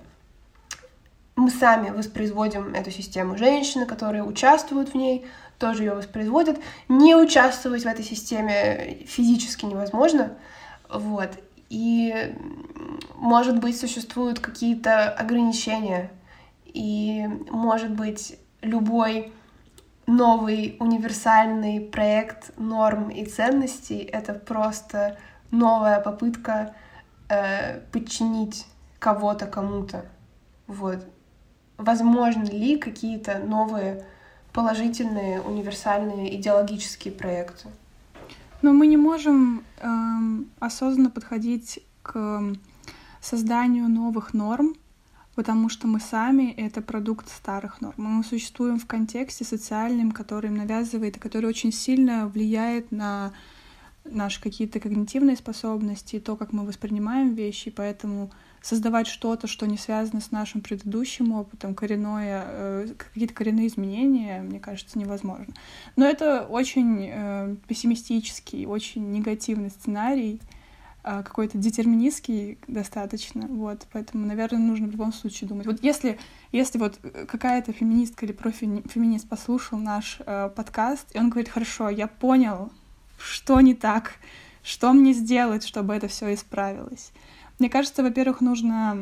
мы сами воспроизводим эту систему. Женщины, которые участвуют в ней, тоже ее воспроизводят. Не участвовать в этой системе физически невозможно, вот. И, может быть, существуют какие-то ограничения, и, может быть, любой новый универсальный проект норм и ценностей — это просто новая попытка подчинить кого-то кому-то. Вот. Возможны ли какие-то новые положительные, универсальные идеологические проекты? Но мы не можем осознанно подходить к созданию новых норм, потому что мы сами — это продукт старых норм. Мы существуем в контексте социальном, который им навязывает, и который очень сильно влияет на наши какие-то когнитивные способности, и то, как мы воспринимаем вещи, поэтому создавать что-то, что не связано с нашим предыдущим опытом, какие-то коренные изменения, мне кажется, невозможно. Но это очень пессимистический, очень негативный сценарий, какой-то детерминистский достаточно, вот, поэтому, наверное, нужно в любом случае думать. Вот если вот какая-то феминистка или профеминист послушал наш подкаст, и он говорит: хорошо, я понял, что не так, что мне сделать, чтобы это все исправилось. Мне кажется, во-первых, нужно,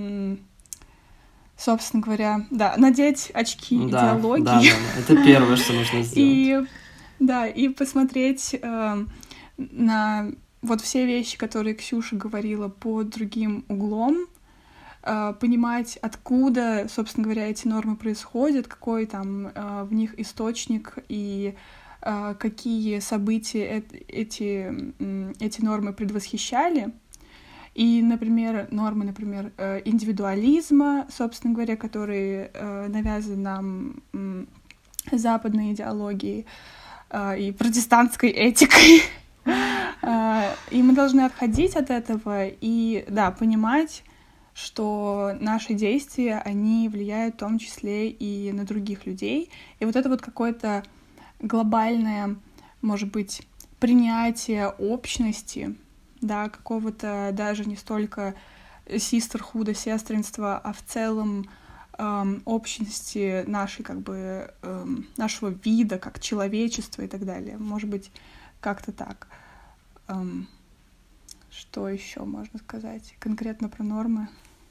собственно говоря, надеть очки идеологии. Да, это первое, что нужно сделать. И посмотреть на вот все вещи, которые Ксюша говорила, под другим углом, понимать, откуда, собственно говоря, эти нормы происходят, какой там в них источник и какие события эти нормы предвосхищали. И, например, нормы, индивидуализма, собственно говоря, которые навязаны нам западной идеологией и протестантской этикой. И мы должны отходить от этого и, понимать, что наши действия, они влияют в том числе и на других людей. И вот это вот какое-то глобальное, может быть, принятие общности, какого-то даже не столько sisterhood, сестринства, а в целом общности нашей, нашего вида, как человечества и так далее. Может быть, как-то так. Что еще можно сказать конкретно про нормы?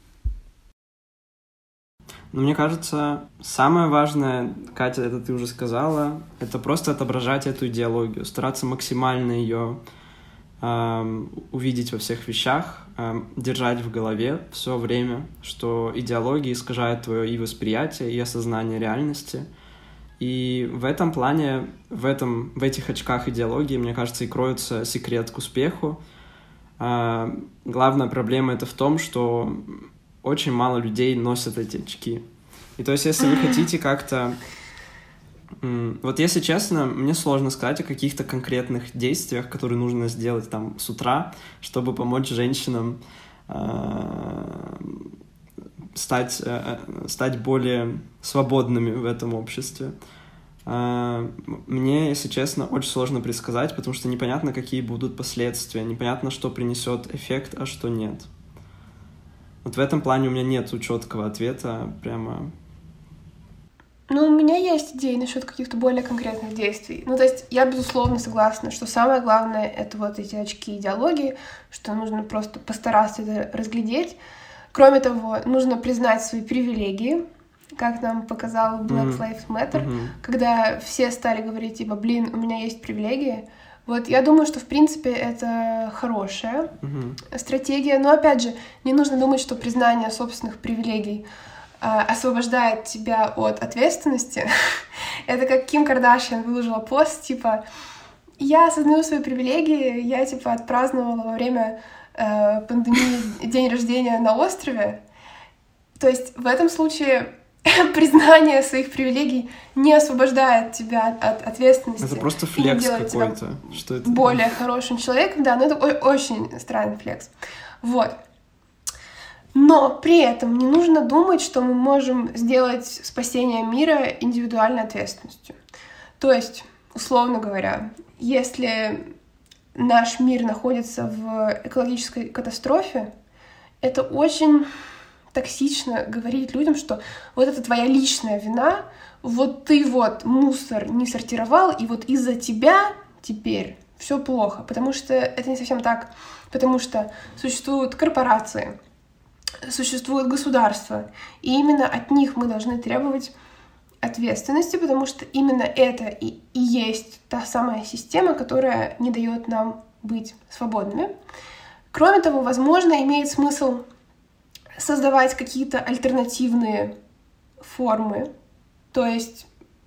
Мне кажется, самое важное, Катя, это ты уже сказала, это просто отображать эту идеологию, стараться максимально ее увидеть во всех вещах, держать в голове все время, что идеология искажает твое и восприятие, и осознание реальности. И в этом плане, в этих очках идеологии, мне кажется, и кроется секрет к успеху. Главная проблема это в том, что очень мало людей носят эти очки. И то есть, если вы хотите как-то... Вот если честно, мне сложно сказать о каких-то конкретных действиях, которые нужно сделать там с утра, чтобы помочь женщинам стать более свободными в этом обществе. Мне, если честно, очень сложно предсказать, потому что непонятно, какие будут последствия, непонятно, что принесет эффект, а что нет. Вот в этом плане у меня нет четкого ответа, прямо. Ну, у меня есть идеи насчет каких-то более конкретных действий. Ну, то есть я, безусловно, согласна, что самое главное — это вот эти очки идеологии, что нужно просто постараться это разглядеть. Кроме того, нужно признать свои привилегии, как нам показал Black Lives Matter, когда все стали говорить, типа, блин, у меня есть привилегии. Вот я думаю, что, в принципе, это хорошая стратегия. Но, опять же, не нужно думать, что признание собственных привилегий освобождает тебя от ответственности. Это как Ким Кардашьян выложила пост, типа, я осознаю свои привилегии, я, типа, отпраздновала во время пандемии день рождения на острове. То есть в этом случае признание своих привилегий не освобождает тебя от ответственности. Это просто флекс какой-то. Что это? Более хорошим человеком, да, но это очень странный флекс. Вот. Но при этом не нужно думать, что мы можем сделать спасение мира индивидуальной ответственностью. То есть, условно говоря, если наш мир находится в экологической катастрофе, это очень токсично говорить людям, что вот это твоя личная вина, вот ты вот мусор не сортировал, и вот из-за тебя теперь все плохо. Потому что это не совсем так. Потому что существуют корпорации, существует государство, и именно от них мы должны требовать ответственности, потому что именно это и есть та самая система, которая не дает нам быть свободными. Кроме того, возможно, имеет смысл создавать какие-то альтернативные формы, то есть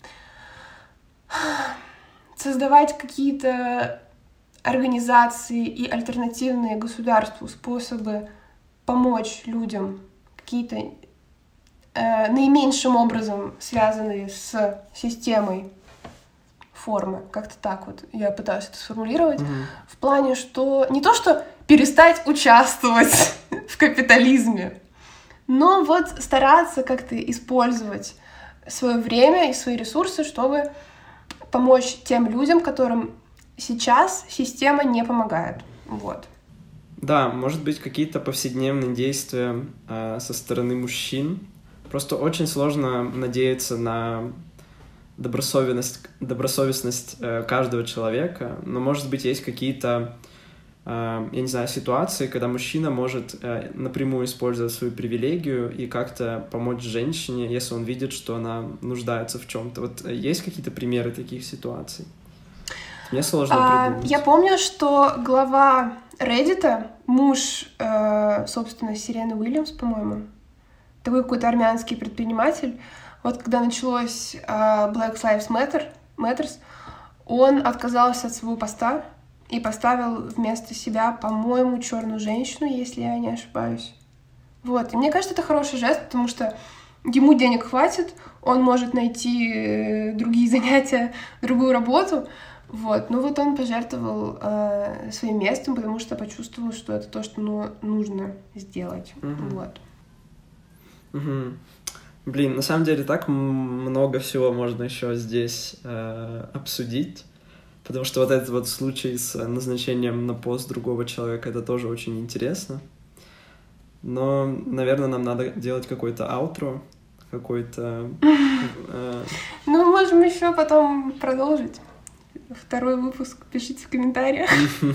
создавать какие-то организации и альтернативные государству способы помочь людям, какие-то наименьшим образом связанные с системой формы. Как-то так вот я пытаюсь это сформулировать. В плане, что не то, что перестать участвовать в капитализме, но вот стараться как-то использовать свое время и свои ресурсы, чтобы помочь тем людям, которым сейчас система не помогает. Вот. Да, может быть, какие-то повседневные действия со стороны мужчин. Просто очень сложно надеяться на добросовестность каждого человека, но, может быть, есть какие-то, я не знаю, ситуации, когда мужчина может напрямую использовать свою привилегию и как-то помочь женщине, если он видит, что она нуждается в чем-то. Вот есть какие-то примеры таких ситуаций? Мне сложно придумать. Я помню, что глава Reddit, муж, собственно, Сирены Уильямс, по-моему, такой какой-то армянский предприниматель, вот когда началось Black Lives Matter, он отказался от своего поста и поставил вместо себя, по-моему, черную женщину, если я не ошибаюсь. Вот. И мне кажется, это хороший жест, потому что ему денег хватит, он может найти другие занятия, другую работу. Вот. Ну вот он пожертвовал своим местом, потому что почувствовал, что это то, что нужно сделать. Вот. Блин, на самом деле так много всего можно еще здесь обсудить, потому что вот этот вот случай с назначением на пост другого человека, это тоже очень интересно. Но, наверное, нам надо делать какой-то аутро, какой-то... Ну, можем еще потом продолжить. Второй выпуск пишите в комментариях.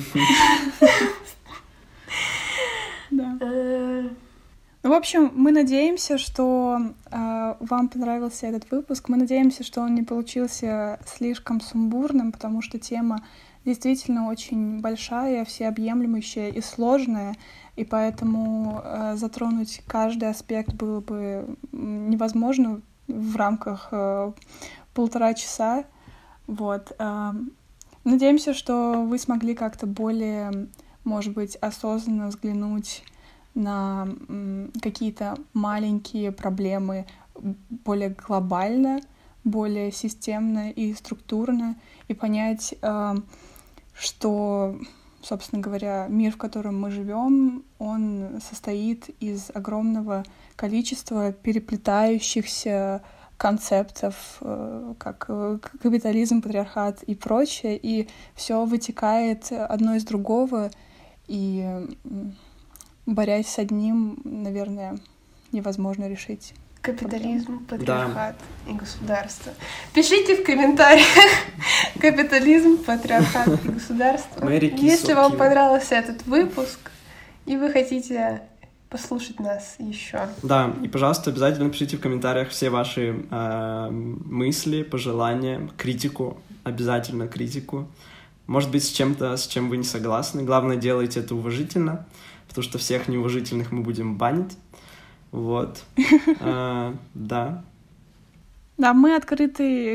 Да. В общем, мы надеемся, что вам понравился этот выпуск. Мы надеемся, что он не получился слишком сумбурным, потому что тема действительно очень большая, всеобъемлющая и сложная, и поэтому затронуть каждый аспект было бы невозможно в рамках 1,5 часа. Вот. Надеемся, что вы смогли как-то более, может быть, осознанно взглянуть на какие-то маленькие проблемы более глобально, более системно и структурно, и понять, что, собственно говоря, мир, в котором мы живем, он состоит из огромного количества переплетающихся концептов, как капитализм, патриархат и прочее, и все вытекает одно из другого, и борясь с одним, наверное, невозможно решить капитализм, патриархат и государство. Пишите в комментариях капитализм, патриархат и государство. Если вам понравился этот выпуск, и вы хотите послушать нас еще. Да, и, пожалуйста, обязательно пишите в комментариях все ваши мысли, пожелания, критику, обязательно критику. Может быть, с чем-то, с чем вы не согласны. Главное, делайте это уважительно, потому что всех неуважительных мы будем банить. Вот. Да. Да, мы открыты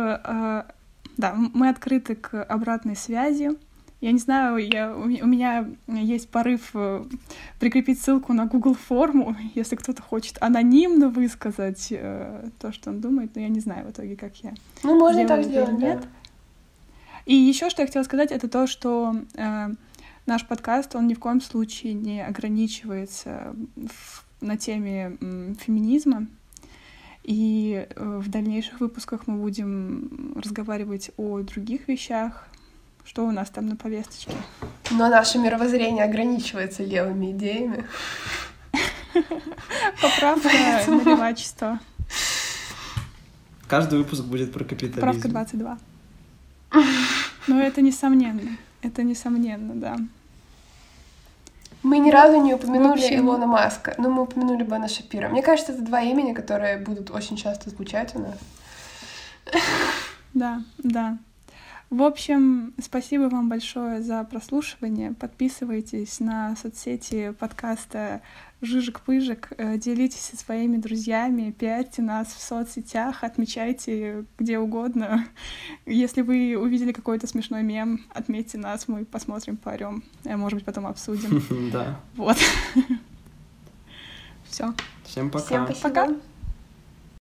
к обратной связи. Я не знаю, у меня есть порыв прикрепить ссылку на Google форму, если кто-то хочет анонимно высказать то, что он думает, но я не знаю в итоге, как я. Ну, можно так сделать, нет. Да. И еще что я хотела сказать, это то, что наш подкаст, он ни в коем случае не ограничивается на теме феминизма. И в дальнейших выпусках мы будем разговаривать о других вещах. Что у нас там на повесточке? Но наше мировоззрение ограничивается левыми идеями. Поправка на левачество. Каждый выпуск будет про капитализм. Поправка 22. Но это несомненно. Это несомненно, да. Мы ни разу не упомянули Илона Маска, но мы упомянули Бена Шапира. Мне кажется, это два имени, которые будут очень часто звучать у нас. Да, да. В общем, спасибо вам большое за прослушивание. Подписывайтесь на соцсети подкаста «Жижик-пыжик», делитесь со своими друзьями, пиарьте нас в соцсетях, отмечайте где угодно. Если вы увидели какой-то смешной мем, отметьте нас, мы посмотрим, поорём, может быть, потом обсудим. Да. Вот. Всё. Всем пока. Всем спасибо. Пока.